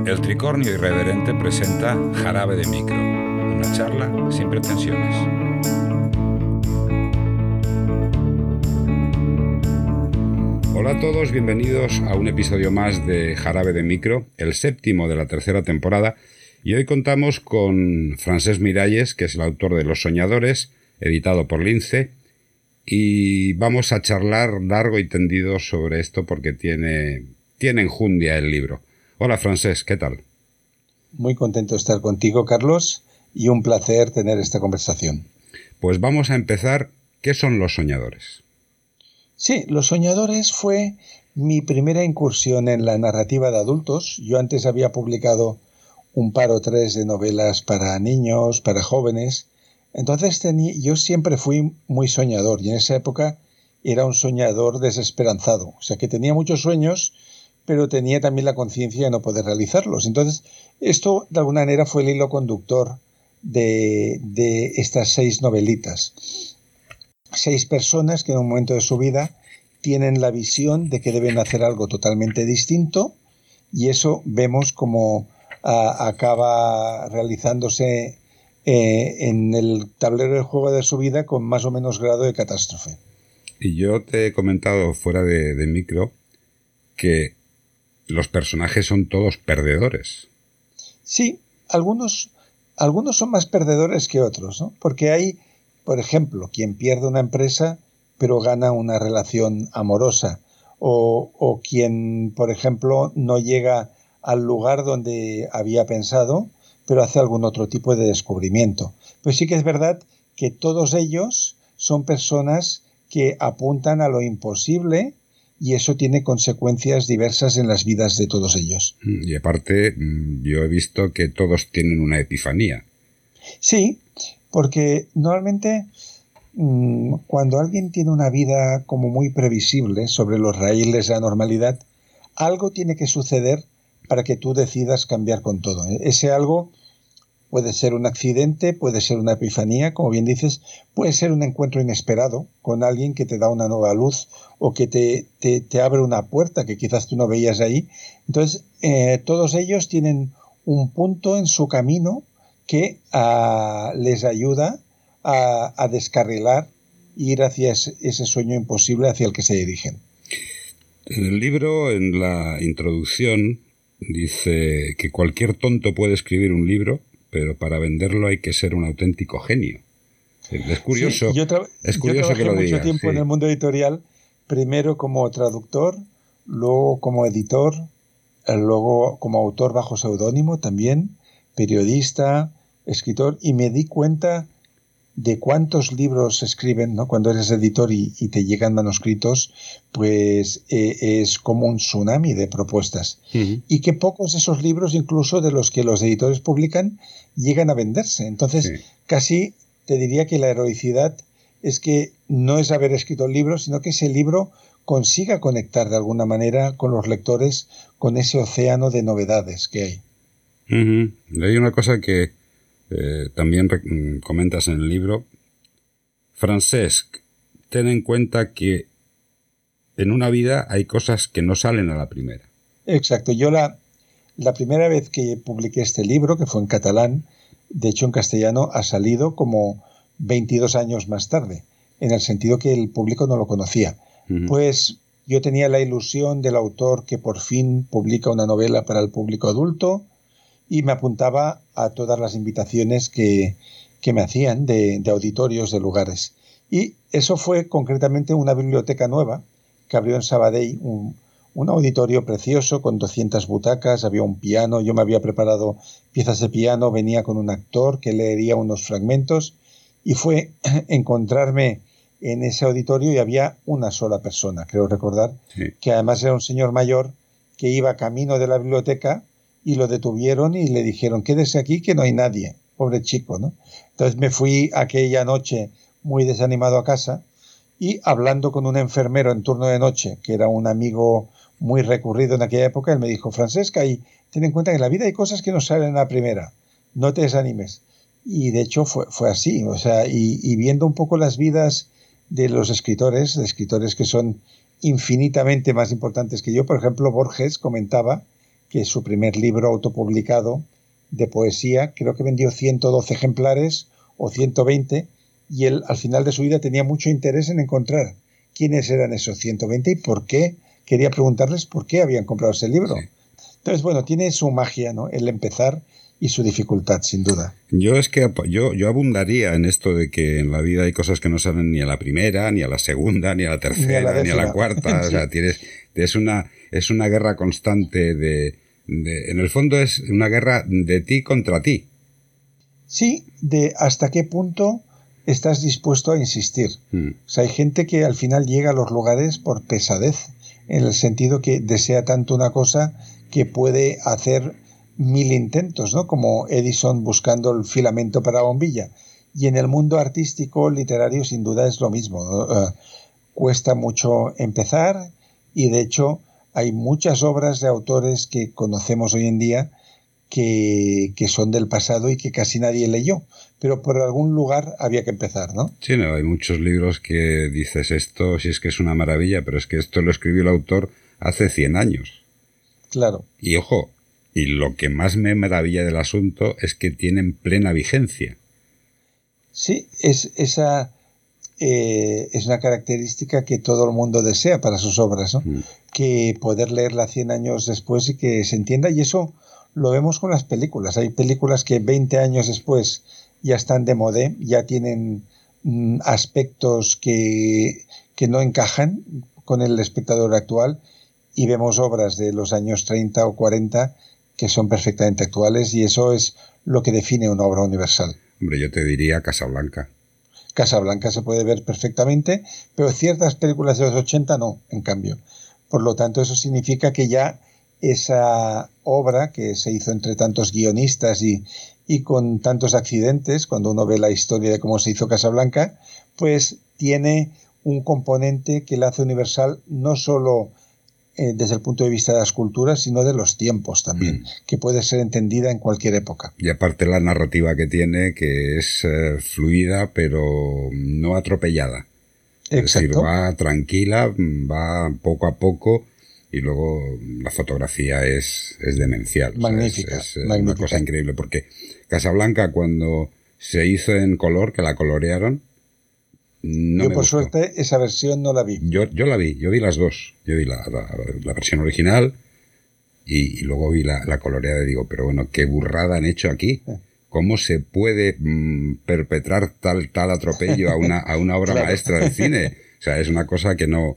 El Tricornio Irreverente presenta Jarabe de Micro, una charla sin pretensiones. Hola a todos, bienvenidos a un episodio más de Jarabe de Micro, el séptimo de la tercera temporada, y hoy contamos con Francesc Miralles, que es el autor de Los Soñadores, editado por Lince, y vamos a charlar largo y tendido sobre esto porque tiene enjundia el libro. Hola Francesc, ¿qué tal? Muy contento de estar contigo, Carlos, y un placer tener esta conversación. Pues vamos a empezar. ¿Qué son Los Soñadores? Sí, Los Soñadores fue mi primera incursión en la narrativa de adultos. Yo antes había publicado un par o tres de novelas para niños, para jóvenes. Entonces yo siempre fui muy soñador y en esa época era un soñador desesperanzado. O sea que tenía muchos sueños, pero tenía también la conciencia de no poder realizarlos. Entonces, esto de alguna manera fue el hilo conductor de estas 6 novelitas. 6 personas que en un momento de su vida tienen la visión de que deben hacer algo totalmente distinto, y eso vemos como acaba realizándose en el tablero del juego de su vida con más o menos grado de catástrofe. Y yo te he comentado fuera de micro que los personajes son todos perdedores. Sí, algunos son más perdedores que otros, ¿no? Porque hay, por ejemplo, quien pierde una empresa pero gana una relación amorosa, o quien, por ejemplo, no llega al lugar donde había pensado, pero hace algún otro tipo de descubrimiento. Pues sí que es verdad que todos ellos son personas que apuntan a lo imposible, y eso tiene consecuencias diversas en las vidas de todos ellos. Y aparte, yo he visto que todos tienen una epifanía. Sí, porque normalmente cuando alguien tiene una vida como muy previsible sobre los raíles de la normalidad, algo tiene que suceder para que tú decidas cambiar con todo. Ese algo puede ser un accidente, puede ser una epifanía, como bien dices, puede ser un encuentro inesperado con alguien que te da una nueva luz o que te abre una puerta que quizás tú no veías ahí. Entonces, todos ellos tienen un punto en su camino que les ayuda a descarrilar e ir hacia ese sueño imposible hacia el que se dirigen. En el libro, en la introducción, dice que cualquier tonto puede escribir un libro, pero para venderlo hay que ser un auténtico genio. Es curioso, sí, yo que lo mucho digas. Tiempo sí. En el mundo editorial, primero como traductor, luego como editor, luego como autor bajo seudónimo también, periodista, escritor, y me di cuenta de cuántos libros se escriben, ¿no? Cuando eres editor y te llegan manuscritos, pues es como un tsunami de propuestas. Uh-huh. Y que pocos de esos libros, incluso de los que los editores publican, llegan a venderse. Entonces, sí, casi te diría que la heroicidad es que no es haber escrito el libro, sino que ese libro consiga conectar de alguna manera con los lectores, con ese océano de novedades que hay. Uh-huh. Hay una cosa que también comentas en el libro. Francesc, ten en cuenta que en una vida hay cosas que no salen a la primera. Exacto. Yo la primera vez que publiqué este libro, que fue en catalán, de hecho en castellano ha salido como 22 años más tarde, en el sentido que el público no lo conocía. Uh-huh. Pues yo tenía la ilusión del autor que por fin publica una novela para el público adulto, y me apuntaba a todas las invitaciones que me hacían de auditorios, de lugares. Y eso fue concretamente una biblioteca nueva que abrió en Sabadell, un auditorio precioso con 200 butacas, había un piano, yo me había preparado piezas de piano, venía con un actor que leería unos fragmentos, y fue encontrarme en ese auditorio y había una sola persona, creo recordar, sí, que además era un señor mayor que iba camino de la biblioteca, y lo detuvieron y le dijeron: quédese aquí que no hay nadie, pobre chico, ¿no? Entonces me fui aquella noche muy desanimado a casa, y hablando con un enfermero en turno de noche, que era un amigo muy recurrido en aquella época, él me dijo: Francesca, y ten en cuenta que en la vida hay cosas que no salen a la primera, no te desanimes. Y de hecho fue así, o sea, y viendo un poco las vidas de los escritores, de escritores que son infinitamente más importantes que yo, por ejemplo, Borges comentaba que es su primer libro autopublicado de poesía. Creo que vendió 112 ejemplares o 120, y él al final de su vida tenía mucho interés en encontrar quiénes eran esos 120 y por qué. Quería preguntarles por qué habían comprado ese libro. Sí. Entonces, bueno, tiene su magia, ¿no?, el empezar, y su dificultad, sin duda. Yo abundaría en esto de que en la vida hay cosas que no salen ni a la primera, ni a la segunda, ni a la tercera, ni a la cuarta. Sí. O sea, es una guerra constante en el fondo es una guerra de ti contra ti. Sí, de hasta qué punto estás dispuesto a insistir. O sea, hay gente que al final llega a los lugares por pesadez, en el sentido que desea tanto una cosa que puede hacer 1000 intentos, ¿no? Como Edison buscando el filamento para la bombilla. Y en el mundo artístico, literario, sin duda es lo mismo. Cuesta mucho empezar, y de hecho hay muchas obras de autores que conocemos hoy en día que son del pasado y que casi nadie leyó, pero por algún lugar había que empezar, ¿no? Sí, no, hay muchos libros que dices esto, si es que es una maravilla, pero es que esto lo escribió el autor hace 100 años. Claro. Y ojo, y lo que más me maravilla del asunto es que tienen plena vigencia. Sí, es una característica que todo el mundo desea para sus obras, ¿no? Que poder leerla 100 años después y que se entienda, y eso lo vemos con las películas. Hay películas que 20 años después ya están de modé, ya tienen aspectos que no encajan con el espectador actual, y vemos obras de los años 30 o 40 que son perfectamente actuales, y eso es lo que define una obra universal. Hombre, yo te diría Casablanca. Casablanca se puede ver perfectamente, pero ciertas películas de los 80 no, en cambio. Por lo tanto, eso significa que ya esa obra, que se hizo entre tantos guionistas y con tantos accidentes, cuando uno ve la historia de cómo se hizo Casablanca, pues tiene un componente que la hace universal, no solo desde el punto de vista de las culturas, sino de los tiempos también, que puede ser entendida en cualquier época. Y aparte la narrativa que tiene, que es fluida, pero no atropellada. Exacto. Es decir, va tranquila, va poco a poco, y luego la fotografía es demencial. Magnífica, o sea, es magnífica. Una cosa increíble, porque Casablanca, cuando se hizo en color, que la colorearon, no yo me por gustó. suerte esa versión no la vi. Yo la vi, yo vi las dos. Yo vi la versión original y luego vi la coloreada, y digo, pero bueno, qué burrada han hecho aquí. ¿Cómo se puede perpetrar tal atropello a una obra Claro. maestra del cine? O sea, es una cosa que no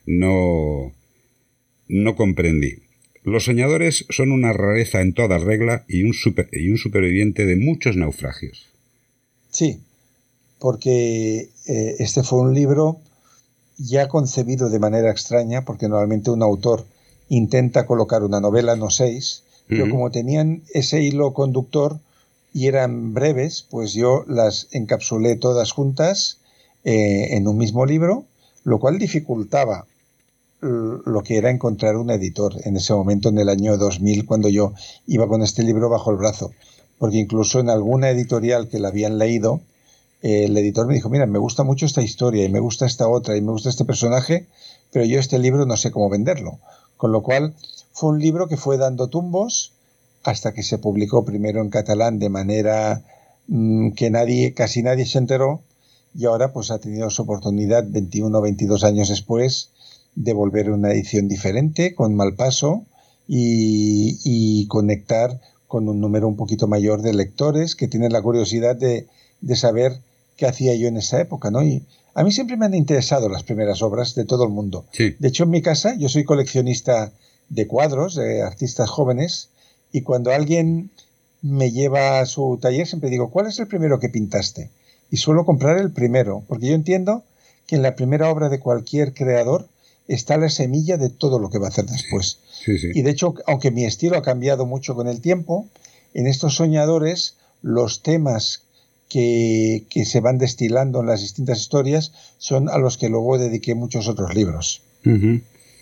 comprendí. Los soñadores son una rareza en toda regla y un superviviente de muchos naufragios. Sí, porque este fue un libro ya concebido de manera extraña, porque normalmente un autor intenta colocar una novela, no 6, pero como tenían ese hilo conductor y eran breves, pues yo las encapsulé todas juntas en un mismo libro, lo cual dificultaba lo que era encontrar un editor en ese momento, en el año 2000, cuando yo iba con este libro bajo el brazo, porque incluso en alguna editorial que la habían leído, el editor me dijo, mira, me gusta mucho esta historia y me gusta esta otra y me gusta este personaje, pero yo este libro no sé cómo venderlo. Con lo cual fue un libro que fue dando tumbos hasta que se publicó primero en catalán de manera que casi nadie se enteró, y ahora pues ha tenido su oportunidad 21 o 22 años después de volver a una edición diferente, con Malpaso, y conectar con un número un poquito mayor de lectores que tienen la curiosidad de saber qué hacía yo en esa época, ¿no? Y a mí siempre me han interesado las primeras obras de todo el mundo. Sí. De hecho, en mi casa yo soy coleccionista de cuadros, de artistas jóvenes, y cuando alguien me lleva a su taller siempre digo, ¿cuál es el primero que pintaste? Y suelo comprar el primero, porque yo entiendo que en la primera obra de cualquier creador está la semilla de todo lo que va a hacer después. Sí, sí. Y de hecho, aunque mi estilo ha cambiado mucho con el tiempo, en estos soñadores los temas que se van destilando en las distintas historias son a los que luego dediqué muchos otros libros. En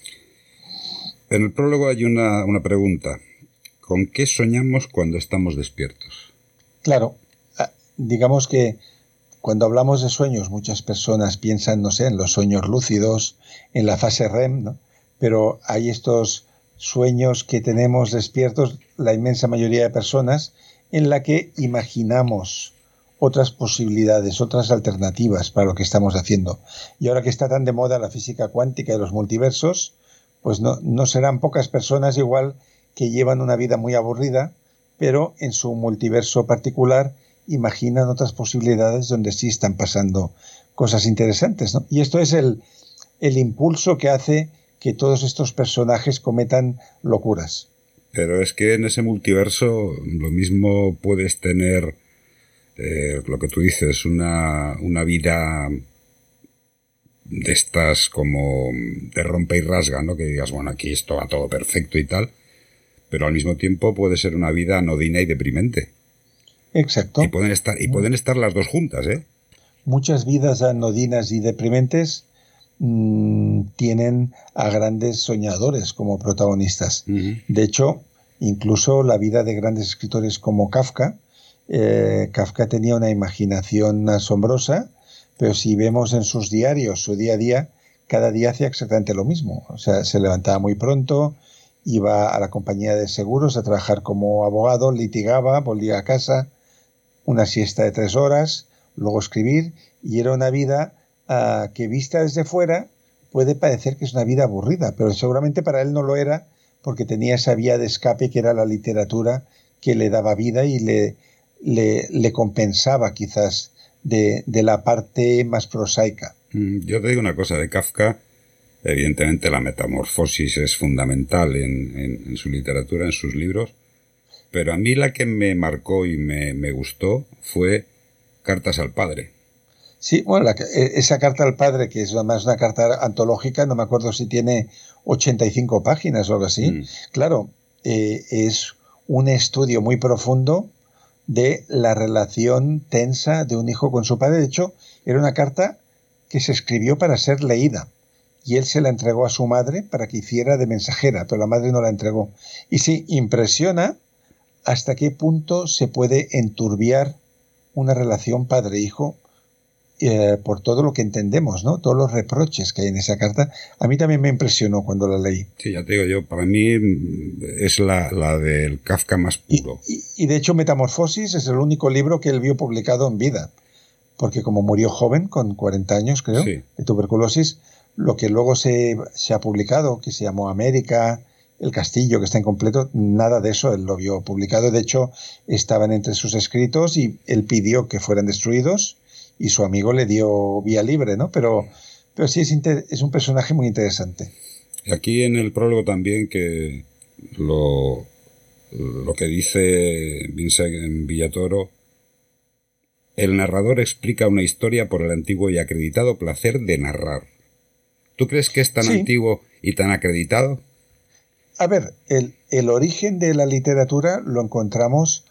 el prólogo hay una pregunta. ¿Con qué soñamos cuando estamos despiertos? Claro, digamos que cuando hablamos de sueños, muchas personas piensan, no sé, en los sueños lúcidos, en la fase REM, ¿no? Pero hay estos sueños que tenemos despiertos la inmensa mayoría de personas, en la que imaginamos otras posibilidades, otras alternativas para lo que estamos haciendo. Y ahora que está tan de moda la física cuántica y los multiversos, pues no serán pocas personas igual que llevan una vida muy aburrida, pero en su multiverso particular imaginan otras posibilidades donde sí están pasando cosas interesantes, ¿no? Y esto es el impulso que hace que todos estos personajes cometan locuras. Pero es que en ese multiverso lo mismo puedes tener, lo que tú dices, una vida de estas como de rompe y rasga, ¿no? Que digas, bueno, aquí esto va todo perfecto y tal, pero al mismo tiempo puede ser una vida anodina y deprimente. Exacto. Y pueden estar las dos juntas, ¿eh? Muchas vidas anodinas y deprimentes tienen a grandes soñadores como protagonistas. Uh-huh. De hecho, incluso la vida de grandes escritores como Kafka, Kafka tenía una imaginación asombrosa, pero si vemos en sus diarios su día a día, cada día hacía exactamente lo mismo. O sea, se levantaba muy pronto, iba a la compañía de seguros a trabajar como abogado, litigaba, volvía a casa, una siesta de 3 horas, luego escribir, y era una vida que vista desde fuera puede parecer que es una vida aburrida, pero seguramente para él no lo era, porque tenía esa vía de escape que era la literatura, que le daba vida y le compensaba quizás de la parte más prosaica. Yo te digo una cosa, de Kafka, evidentemente la metamorfosis es fundamental en su literatura, en sus libros, pero a mí la que me marcó y me gustó fue Cartas al Padre. Sí, bueno, esa carta al padre, que es además una carta antológica, no me acuerdo si tiene 85 páginas o algo así. Claro, es un estudio muy profundo de la relación tensa de un hijo con su padre. De hecho, era una carta que se escribió para ser leída. Y él se la entregó a su madre para que hiciera de mensajera, pero la madre no la entregó. Y sí, impresiona hasta qué punto se puede enturbiar una relación padre-hijo por todo lo que entendemos, ¿no? Todos los reproches que hay en esa carta. A mí también me impresionó cuando la leí. Sí, ya te digo yo, para mí es la del Kafka más puro. Y de hecho Metamorfosis es el único libro que él vio publicado en vida, porque como murió joven, con 40 años creo, sí, de tuberculosis, lo que luego se ha publicado, que se llamó América, El Castillo, que está incompleto, nada de eso él lo vio publicado. De hecho, estaban entre sus escritos y él pidió que fueran destruidos, y su amigo le dio vía libre, ¿no? Pero sí es un personaje muy interesante. Aquí en el prólogo también que lo que dice Vincent Villatoro, el narrador explica una historia por el antiguo y acreditado placer de narrar. ¿Tú crees que es tan antiguo y tan acreditado? A ver, el origen de la literatura lo encontramos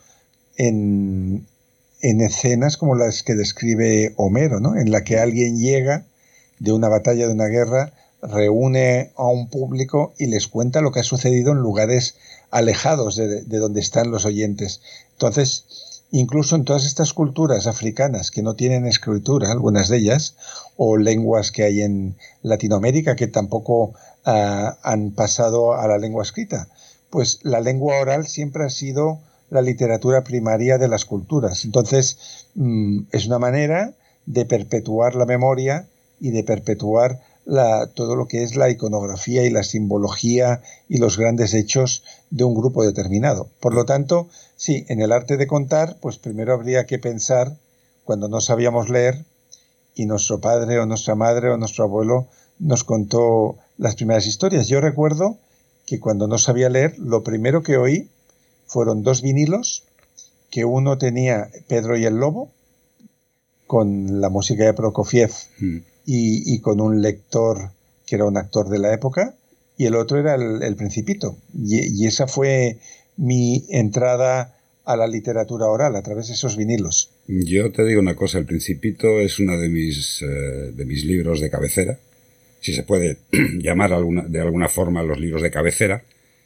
en escenas como las que describe Homero, ¿no? En la que alguien llega de una batalla, de una guerra, reúne a un público y les cuenta lo que ha sucedido en lugares alejados de donde están los oyentes. Entonces, incluso en todas estas culturas africanas que no tienen escritura, algunas de ellas, o lenguas que hay en Latinoamérica que tampoco han pasado a la lengua escrita, pues la lengua oral siempre ha sido la literatura primaria de las culturas. Entonces, es una manera de perpetuar la memoria y de perpetuar todo lo que es la iconografía y la simbología y los grandes hechos de un grupo determinado. Por lo tanto, sí, en el arte de contar, pues primero habría que pensar, cuando no sabíamos leer, y nuestro padre o nuestra madre o nuestro abuelo nos contó las primeras historias. Yo recuerdo que cuando no sabía leer, lo primero que oí fueron 2 vinilos, que uno tenía Pedro y el Lobo, con la música de Prokofiev y con un lector que era un actor de la época, y el otro era el Principito. Y esa fue mi entrada a la literatura oral, a través de esos vinilos. Yo te digo una cosa, El Principito es uno de mis libros de cabecera, si se puede llamar de alguna forma los libros de cabecera,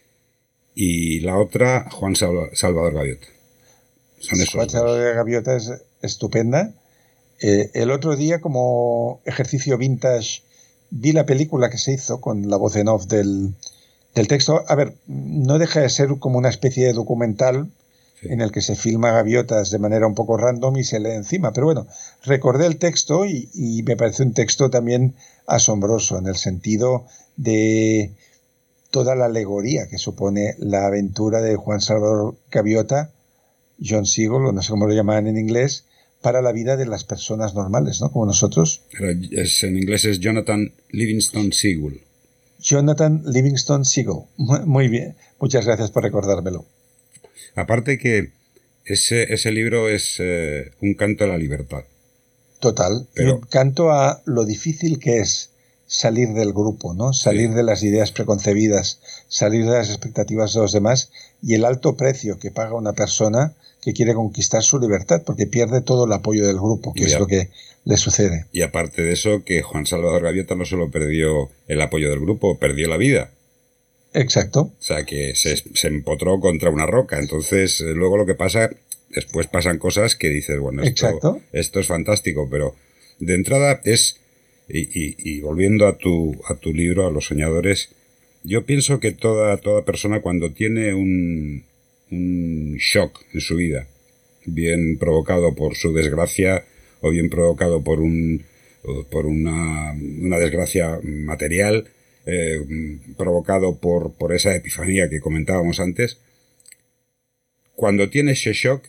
y la otra, Juan Salvador Gaviota. Son esos Juan Salvador Gaviota es estupenda. El otro día, como ejercicio vintage, vi la película que se hizo con la voz en off del El texto, a ver, no deja de ser como una especie de documental en el que se filma gaviotas de manera un poco random y se lee encima. Pero bueno, recordé el texto y me parece un texto también asombroso en el sentido de toda la alegoría que supone la aventura de Juan Salvador Gaviota, John Seagull, o no sé cómo lo llaman en inglés, para la vida de las personas normales, ¿no? Como nosotros. Pero en inglés es Jonathan Livingston Seagull. Jonathan Livingston Seagull. Muy bien. Muchas gracias por recordármelo. Aparte que ese libro es un canto a la libertad. Total. Pero un canto a lo difícil que es salir del grupo, ¿no? Salir de las ideas preconcebidas, salir de las expectativas de los demás y el alto precio que paga una persona que quiere conquistar su libertad, porque pierde todo el apoyo del grupo, que es lo que le sucede. Y aparte de eso, que Juan Salvador Gaviota no solo perdió el apoyo del grupo, perdió la vida. Exacto. O sea, que se empotró contra una roca. Entonces, luego lo que pasa, después pasan cosas que dices, bueno, esto es fantástico, pero de entrada es, y volviendo a tu libro, a Los Soñadores, yo pienso que toda persona cuando tiene un shock en su vida, bien provocado por su desgracia o bien provocado por una desgracia material, provocado por esa epifanía que comentábamos antes, cuando tiene ese shock,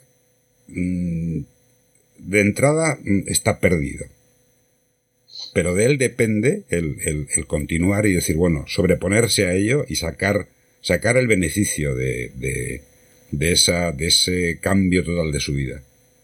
de entrada está perdido. Pero de él depende el continuar y decir, bueno, sobreponerse a ello y sacar el beneficio de ese cambio total de su vida.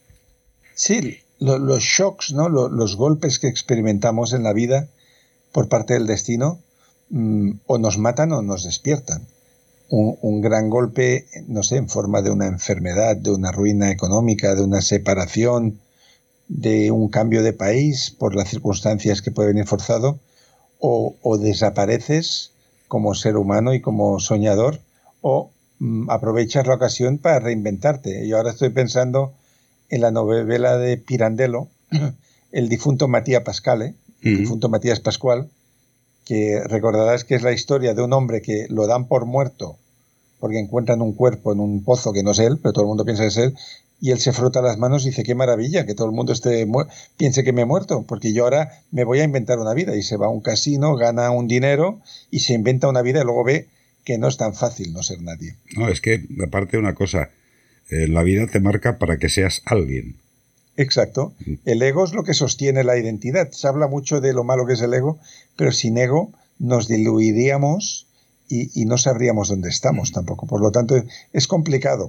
Sí, los shocks, ¿no? Los golpes que experimentamos en la vida por parte del destino, o nos matan o nos despiertan. Un gran golpe, no sé, en forma de una enfermedad, de una ruina económica, de una separación, de un cambio de país por las circunstancias que puede venir forzado, o desapareces como ser humano y como soñador, o aprovechas la ocasión para reinventarte. Yo ahora estoy pensando en la novela de Pirandello, el difunto Matías Pascal, difunto Matías Pascual, que recordarás que es la historia de un hombre que lo dan por muerto porque encuentran un cuerpo en un pozo que no es él, pero todo el mundo piensa que es él, y él se frota las manos y dice, qué maravilla, que todo el mundo piense que me he muerto, porque yo ahora me voy a inventar una vida, y se va a un casino, gana un dinero y se inventa una vida y luego ve que no es tan fácil no ser nadie. No, es que aparte una cosa, la vida te marca para que seas alguien. Exacto. El ego es lo que sostiene la identidad. Se habla mucho de lo malo que es el ego, pero sin ego nos diluiríamos y no sabríamos dónde estamos tampoco. Por lo tanto, es complicado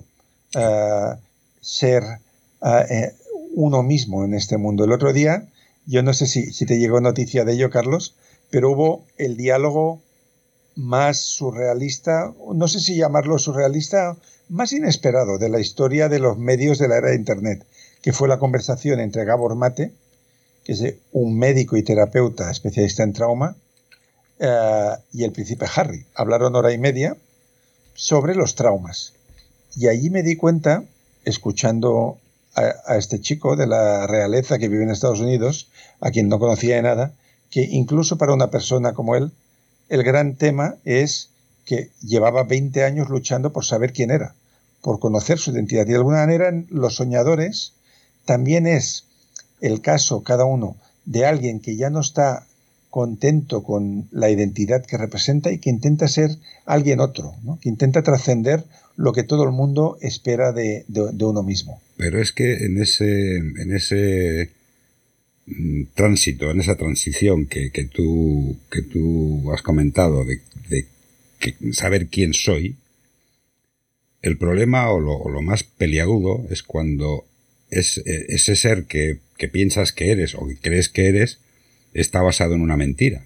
ser uno mismo en este mundo. El otro día, yo no sé si te llegó noticia de ello, Carlos, pero hubo el diálogo más surrealista, no sé si llamarlo surrealista, más inesperado de la historia de los medios de la era de Internet, que fue la conversación entre Gabor Mate, que es un médico y terapeuta especialista en trauma, y el príncipe Harry. Hablaron hora y media sobre los traumas. Y allí me di cuenta, escuchando a este chico de la realeza que vive en Estados Unidos, a quien no conocía de nada, que incluso para una persona como él, el gran tema es que llevaba 20 años luchando por saber quién era, por conocer su identidad. Y de alguna manera, los soñadores también es el caso, cada uno, de alguien que ya no está contento con la identidad que representa y que intenta ser alguien otro, ¿no? Que intenta trascender lo que todo el mundo espera de uno mismo. Pero es que en ese tránsito, en esa transición que tú has comentado de saber quién soy, el problema o lo más peliagudo es cuando ese ser que piensas que eres o que crees que eres está basado en una mentira.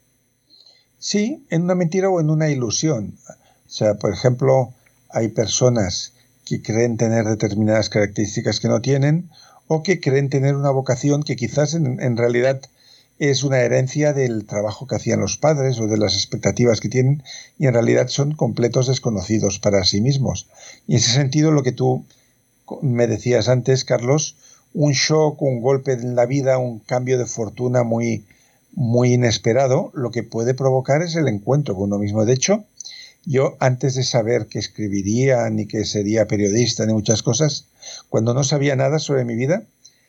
Sí, en una mentira o en una ilusión. O sea, por ejemplo, hay personas que creen tener determinadas características que no tienen, o que creen tener una vocación que quizás en realidad es una herencia del trabajo que hacían los padres o de las expectativas que tienen, y en realidad son completos desconocidos para sí mismos. Y en ese sentido, lo que tú me decías antes, Carlos, un shock, un golpe en la vida, un cambio de fortuna muy, muy inesperado, lo que puede provocar es el encuentro con uno mismo. De hecho, Yo, antes de saber que escribiría, ni que sería periodista, ni muchas cosas, cuando no sabía nada sobre mi vida,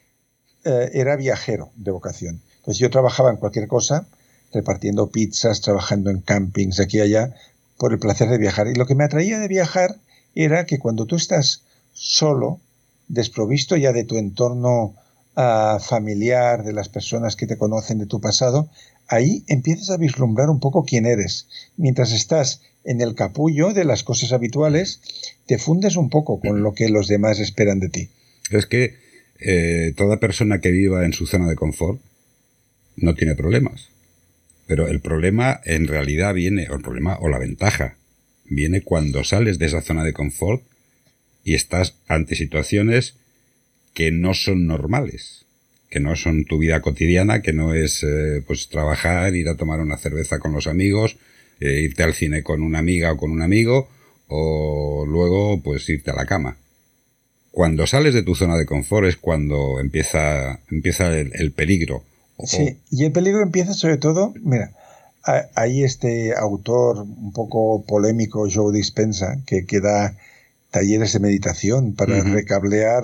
era viajero de vocación. Entonces yo trabajaba en cualquier cosa, repartiendo pizzas, trabajando en campings, aquí y allá, por el placer de viajar. Y lo que me atraía de viajar era que cuando tú estás solo, desprovisto ya de tu entorno familiar, de las personas que te conocen de tu pasado, ahí empiezas a vislumbrar un poco quién eres. Mientras estás en el capullo de las cosas habituales, te fundes un poco con lo que los demás esperan de ti. Es que toda persona que viva en su zona de confort no tiene problemas. Pero el problema en realidad viene, o el problema o la ventaja, viene cuando sales de esa zona de confort y estás ante situaciones que no son normales, que no son tu vida cotidiana, que no es pues trabajar, ir a tomar una cerveza con los amigos, irte al cine con una amiga o con un amigo, o luego pues irte a la cama. Cuando sales de tu zona de confort es cuando empieza el peligro. Sí, y el peligro empieza sobre todo, mira, hay este autor un poco polémico, Joe Dispenza, que da talleres de meditación para recablear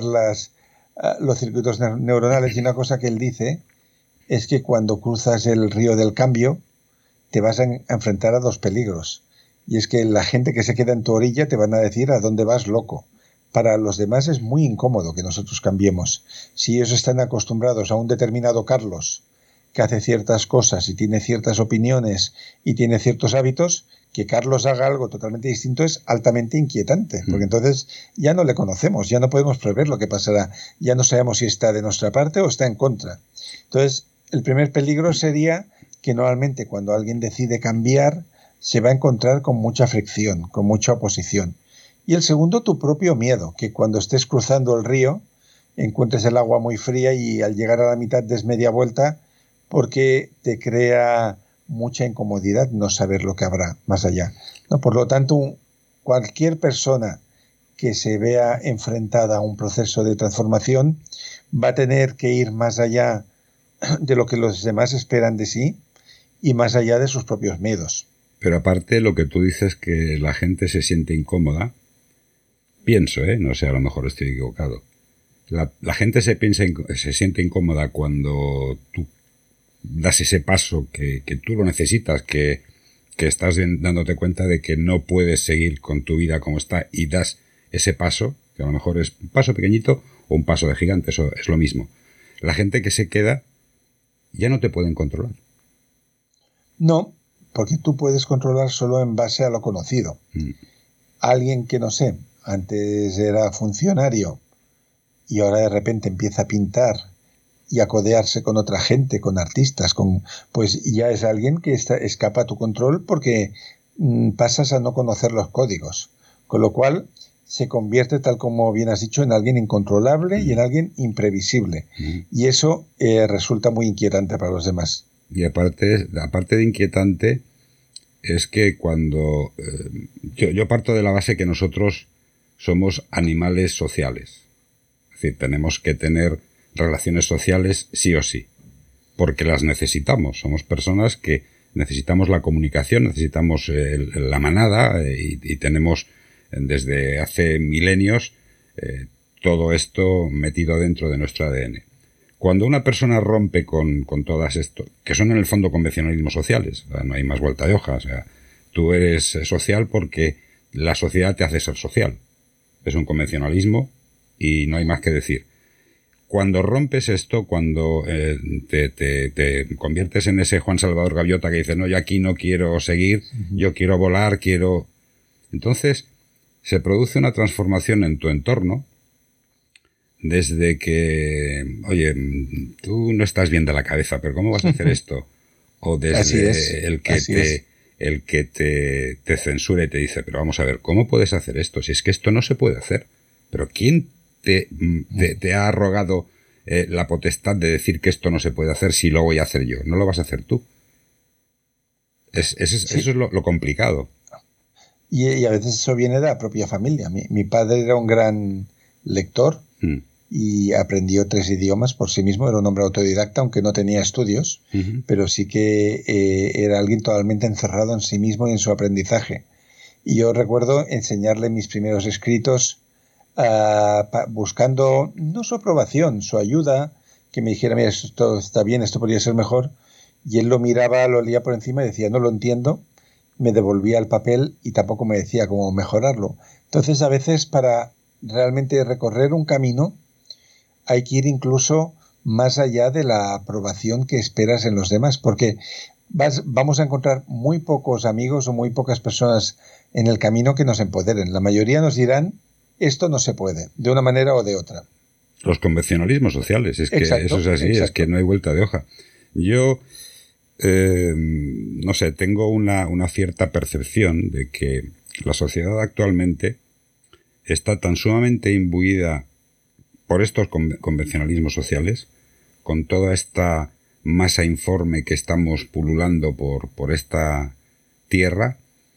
los circuitos neuronales, y una cosa que él dice es que cuando cruzas el río del cambio te vas a enfrentar a dos peligros, y es que la gente que se queda en tu orilla te van a decir a dónde vas, loco. Para los demás es muy incómodo que nosotros cambiemos. Si ellos están acostumbrados a un determinado Carlos que hace ciertas cosas y tiene ciertas opiniones y tiene ciertos hábitos, que Carlos haga algo totalmente distinto es altamente inquietante, porque entonces ya no le conocemos, ya no podemos prever lo que pasará, ya no sabemos si está de nuestra parte o está en contra. Entonces, el primer peligro sería que normalmente cuando alguien decide cambiar se va a encontrar con mucha fricción, con mucha oposición. Y el segundo, tu propio miedo, que cuando estés cruzando el río encuentres el agua muy fría y al llegar a la mitad des media vuelta porque te crea mucha incomodidad no saber lo que habrá más allá. ¿No? Por lo tanto, cualquier persona que se vea enfrentada a un proceso de transformación va a tener que ir más allá de lo que los demás esperan de sí y más allá de sus propios miedos. Pero aparte, lo que tú dices, que la gente se siente incómoda, pienso, no sé, a lo mejor estoy equivocado. La gente se siente incómoda cuando tú das ese paso que tú lo necesitas, que estás dándote cuenta de que no puedes seguir con tu vida como está y das ese paso, que a lo mejor es un paso pequeñito o un paso de gigante, eso es lo mismo. La gente que se queda ya no te pueden controlar. No, porque tú puedes controlar solo en base a lo conocido. Alguien que, no sé, antes era funcionario y ahora de repente empieza a pintar y a codearse con otra gente, con artistas, pues ya es alguien que escapa a tu control porque pasas a no conocer los códigos. Con lo cual se convierte, tal como bien has dicho, en alguien incontrolable y en alguien imprevisible. Y eso resulta muy inquietante para los demás. Y aparte de inquietante, es que cuando... yo parto de la base que nosotros somos animales sociales. Es decir, tenemos que tener relaciones sociales sí o sí, porque las necesitamos. Somos personas que necesitamos la comunicación, necesitamos la manada y tenemos desde hace milenios todo esto metido dentro de nuestro ADN. Cuando una persona rompe con todas esto, que son en el fondo convencionalismos sociales, o sea, no hay más vuelta de hoja, o sea, tú eres social porque la sociedad te hace ser social. Es un convencionalismo y no hay más que decir. Cuando rompes esto, cuando te conviertes en ese Juan Salvador Gaviota que dice, no, yo aquí no quiero seguir, yo quiero volar, quiero... Entonces, se produce una transformación en tu entorno desde que, oye, tú no estás bien de la cabeza, pero ¿cómo vas a hacer esto? O desde el que te censura y te dice, pero vamos a ver, ¿cómo puedes hacer esto? Si es que esto no se puede hacer. Pero ¿quién te ha arrogado la potestad de decir que esto no se puede hacer si lo voy a hacer yo? No lo vas a hacer tú. Eso es lo complicado. Y a veces eso viene de la propia familia. Mi padre era un gran lector y aprendió 3 idiomas por sí mismo. Era un hombre autodidacta, aunque no tenía estudios, pero sí que era alguien totalmente encerrado en sí mismo y en su aprendizaje. Y yo recuerdo enseñarle mis primeros escritos buscando no su aprobación, su ayuda, que me dijera, mira, esto está bien, esto podría ser mejor. Y él lo miraba, lo leía por encima y decía, no lo entiendo, me devolvía el papel y tampoco me decía cómo mejorarlo. Entonces, a veces para realmente recorrer un camino hay que ir incluso más allá de la aprobación que esperas en los demás, porque vamos a encontrar muy pocos amigos o muy pocas personas en el camino que nos empoderen. La mayoría nos dirán, esto no se puede, de una manera o de otra. Los convencionalismos sociales, es que Exacto, eso es así, exacto. es que no hay vuelta de hoja. Yo, no sé, tengo una cierta percepción de que la sociedad actualmente está tan sumamente imbuida por estos convencionalismos sociales, con toda esta masa informe que estamos pululando por esta tierra,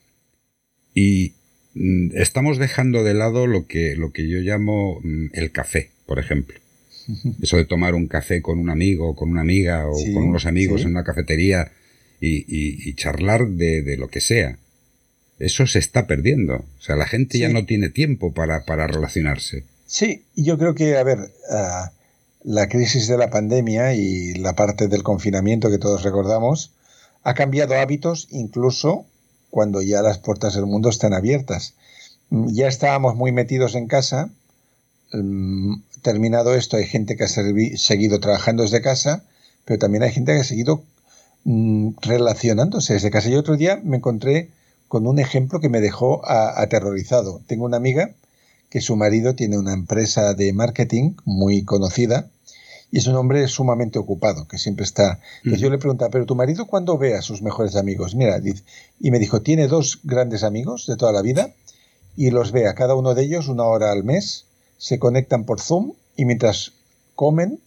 y estamos dejando de lado lo que yo llamo el café, por ejemplo. Eso de tomar un café con un amigo, con una amiga o Sí, con unos amigos sí. en una cafetería y charlar de lo que sea. Eso se está perdiendo. O sea, la gente ya Sí, no tiene tiempo para relacionarse. sí, y yo creo que, a ver, la crisis de la pandemia y la parte del confinamiento que todos recordamos ha cambiado hábitos incluso cuando ya las puertas del mundo están abiertas. Ya estábamos muy metidos en casa. Terminado esto, hay gente que ha seguido trabajando desde casa, pero también hay gente que ha seguido relacionándose desde casa. Y otro día me encontré con un ejemplo que me dejó aterrorizado. Tengo una amiga que su marido tiene una empresa de marketing muy conocida y es un hombre sumamente ocupado, que siempre está... Entonces yo le preguntaba, ¿pero tu marido cuándo ve a sus mejores amigos? Mira, y me dijo, tiene dos grandes amigos de toda la vida y los ve a cada uno de ellos 1 hora al mes, se conectan por Zoom y mientras comen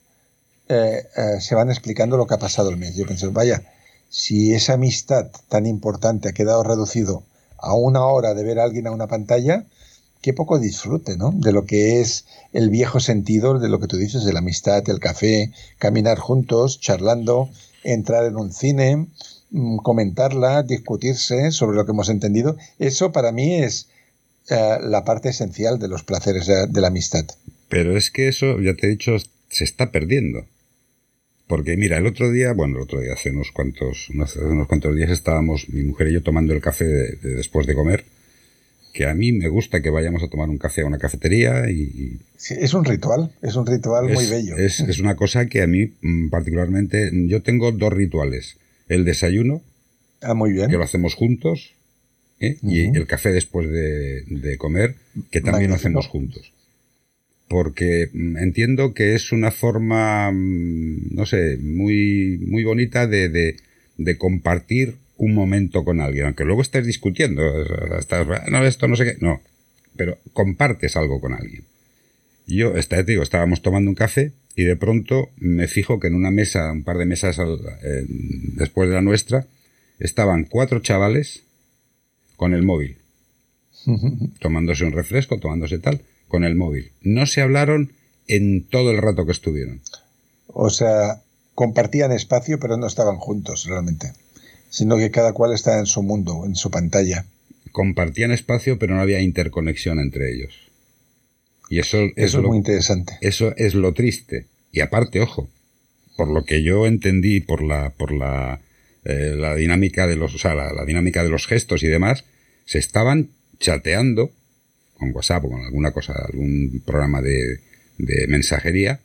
se van explicando lo que ha pasado el mes. Yo pensé, vaya, si esa amistad tan importante ha quedado reducido a 1 hora de ver a alguien a una pantalla, qué poco disfrute, ¿no? De lo que es el viejo sentido de lo que tú dices, de la amistad, el café, caminar juntos, charlando, entrar en un cine, comentarla, discutirse sobre lo que hemos entendido. Eso para mí es la parte esencial de los placeres de la amistad. Pero es que eso, ya te he dicho, se está perdiendo. Porque mira, el otro día, hace unos cuantos días estábamos mi mujer y yo tomando el café después de comer, que a mí me gusta que vayamos a tomar un café a una cafetería y sí, es un ritual muy bello. Es una cosa que a mí particularmente, yo tengo dos rituales. El desayuno, Muy bien. que lo hacemos juntos, y el café después de comer, que también Magnífico. lo hacemos juntos. Porque entiendo que es una forma, no sé, muy bonita de compartir un momento con alguien, aunque luego estés discutiendo, no, esto no sé qué, no, pero compartes algo con alguien. Yo, te digo, estábamos tomando un café y de pronto me fijo que en una mesa, un par de mesas después de la nuestra, estaban 4 chavales con el móvil, tomándose un refresco, tomándose tal, con el móvil. No se hablaron en todo el rato que estuvieron. O sea, compartían espacio, pero no estaban juntos realmente, sino que cada cual estaba en su mundo, en su pantalla. Compartían espacio, pero no había interconexión entre ellos. Y eso es muy interesante. Eso es lo triste. Y aparte, ojo, por lo que yo entendí, por la dinámica de los, o sea, la dinámica de los gestos y demás, se estaban chateando con WhatsApp o con alguna cosa, algún programa de mensajería,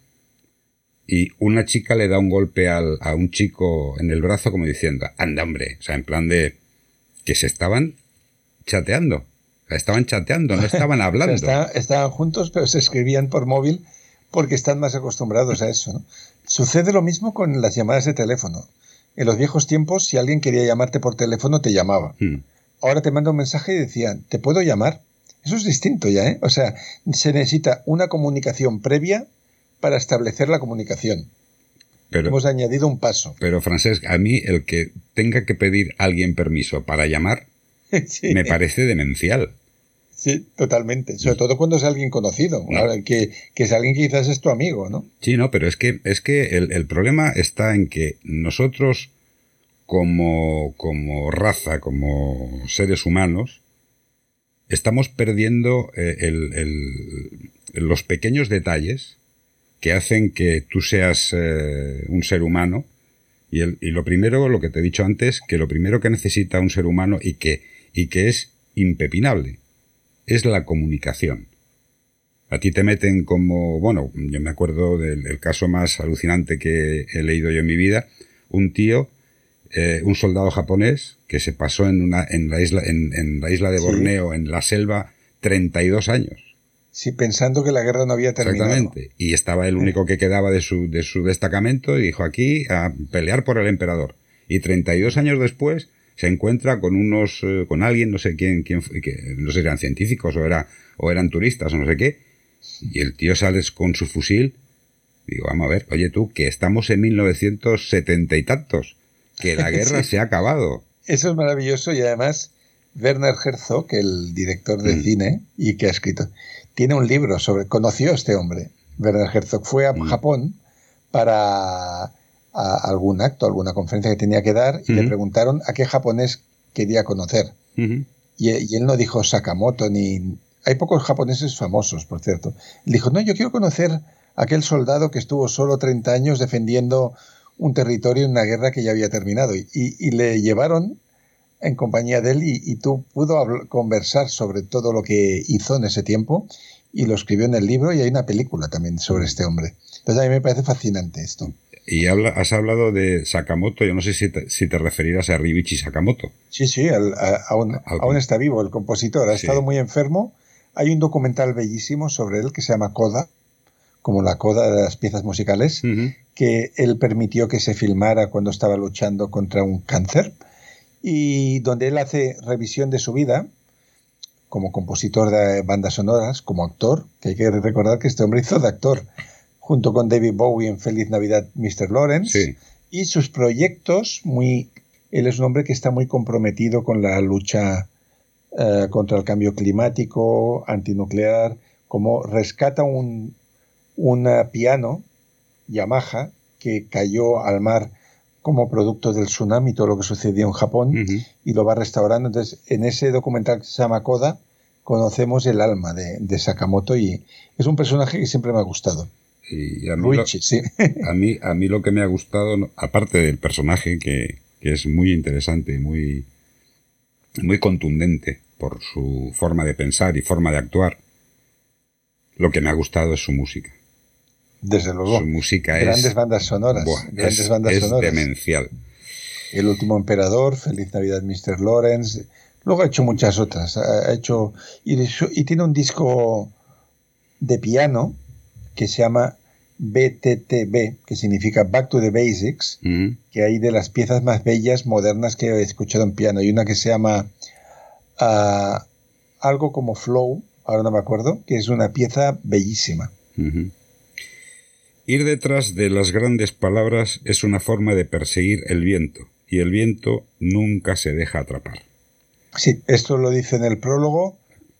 y una chica le da un golpe a un chico en el brazo como diciendo, anda hombre, o sea, en plan de que se estaban chateando. O sea, estaban chateando, no estaban hablando. O sea, estaban juntos, pero se escribían por móvil porque están más acostumbrados a eso, ¿no? Sucede lo mismo con las llamadas de teléfono. En los viejos tiempos, si alguien quería llamarte por teléfono, te llamaba. Ahora te manda un mensaje y decían, ¿te puedo llamar? Eso es distinto ya, ¿eh? O sea, se necesita una comunicación previa para establecer la comunicación. Pero, hemos añadido un paso. Pero, Francesc, a mí el que tenga que pedir a alguien permiso para llamar sí. Me parece demencial. Sí, totalmente. Sobre todo cuando es alguien conocido, no. que es alguien que quizás es tu amigo, ¿no? Sí, no, pero es que el problema está en que nosotros como raza, como seres humanos, estamos perdiendo los pequeños detalles que hacen que tú seas un ser humano. Y lo primero, lo que te he dicho antes, que lo primero que necesita un ser humano y que es impepinable, es la comunicación. A ti te meten como, bueno, yo me acuerdo del caso más alucinante que he leído yo en mi vida, un tío, un soldado japonés que se pasó en la isla de Borneo, sí, en la selva, 32 años. Sí, pensando que la guerra no había terminado. Exactamente. Y estaba el único que quedaba de su destacamento y dijo, aquí a pelear por el emperador. Y 32 años después se encuentra con con alguien, no sé quién que no sé si eran científicos o eran turistas o no sé qué. Y el tío sale con su fusil. Digo, vamos a ver, oye tú, que estamos en 1970 y tantos, que la guerra sí se ha acabado. Eso es maravilloso y además Werner Herzog, el director de cine y que ha escrito, tiene un libro conoció a este hombre. Werner Herzog fue a Japón para algún acto, alguna conferencia que tenía que dar y le preguntaron a qué japonés quería conocer. Y él no dijo Sakamoto ni... Hay pocos japoneses famosos, por cierto. Él dijo, no, yo quiero conocer a aquel soldado que estuvo solo 30 años defendiendo un territorio en una guerra que ya había terminado. Y le llevaron en compañía de él y pudo conversar sobre todo lo que hizo en ese tiempo y lo escribió en el libro y hay una película también sobre este hombre. Entonces a mí me parece fascinante esto. Y has hablado de Sakamoto, yo no sé si te referirás a Ryuichi Sakamoto. Sí, aún está vivo el compositor, ha estado muy enfermo. Hay un documental bellísimo sobre él que se llama Coda, como la coda de las piezas musicales, que él permitió que se filmara cuando estaba luchando contra un cáncer y donde él hace revisión de su vida como compositor de bandas sonoras, como actor, que hay que recordar que este hombre hizo de actor junto con David Bowie en Feliz Navidad, Mr. Lawrence, y sus proyectos, él es un hombre que está muy comprometido con la lucha contra el cambio climático, antinuclear, como rescata un piano Yamaha que cayó al mar como producto del tsunami, todo lo que sucedió en Japón, y lo va restaurando. Entonces, en ese documental que se llama Coda, conocemos el alma de Sakamoto y es un personaje que siempre me ha gustado. Y a mí lo que me ha gustado, aparte del personaje, que es muy interesante, muy contundente por su forma de pensar y forma de actuar, lo que me ha gustado es su música. Desde luego. Su música grandes bandas sonoras. Es demencial. El último emperador, Feliz Navidad, Mr. Lawrence. Luego ha hecho muchas otras. Y tiene un disco de piano que se llama BTTB, que significa Back to the Basics, que hay de las piezas más bellas, modernas que he escuchado en piano. Hay una que se llama algo como Flow, ahora no me acuerdo, que es una pieza bellísima. Ir detrás de las grandes palabras es una forma de perseguir el viento, y el viento nunca se deja atrapar. Sí, esto lo dice en el prólogo.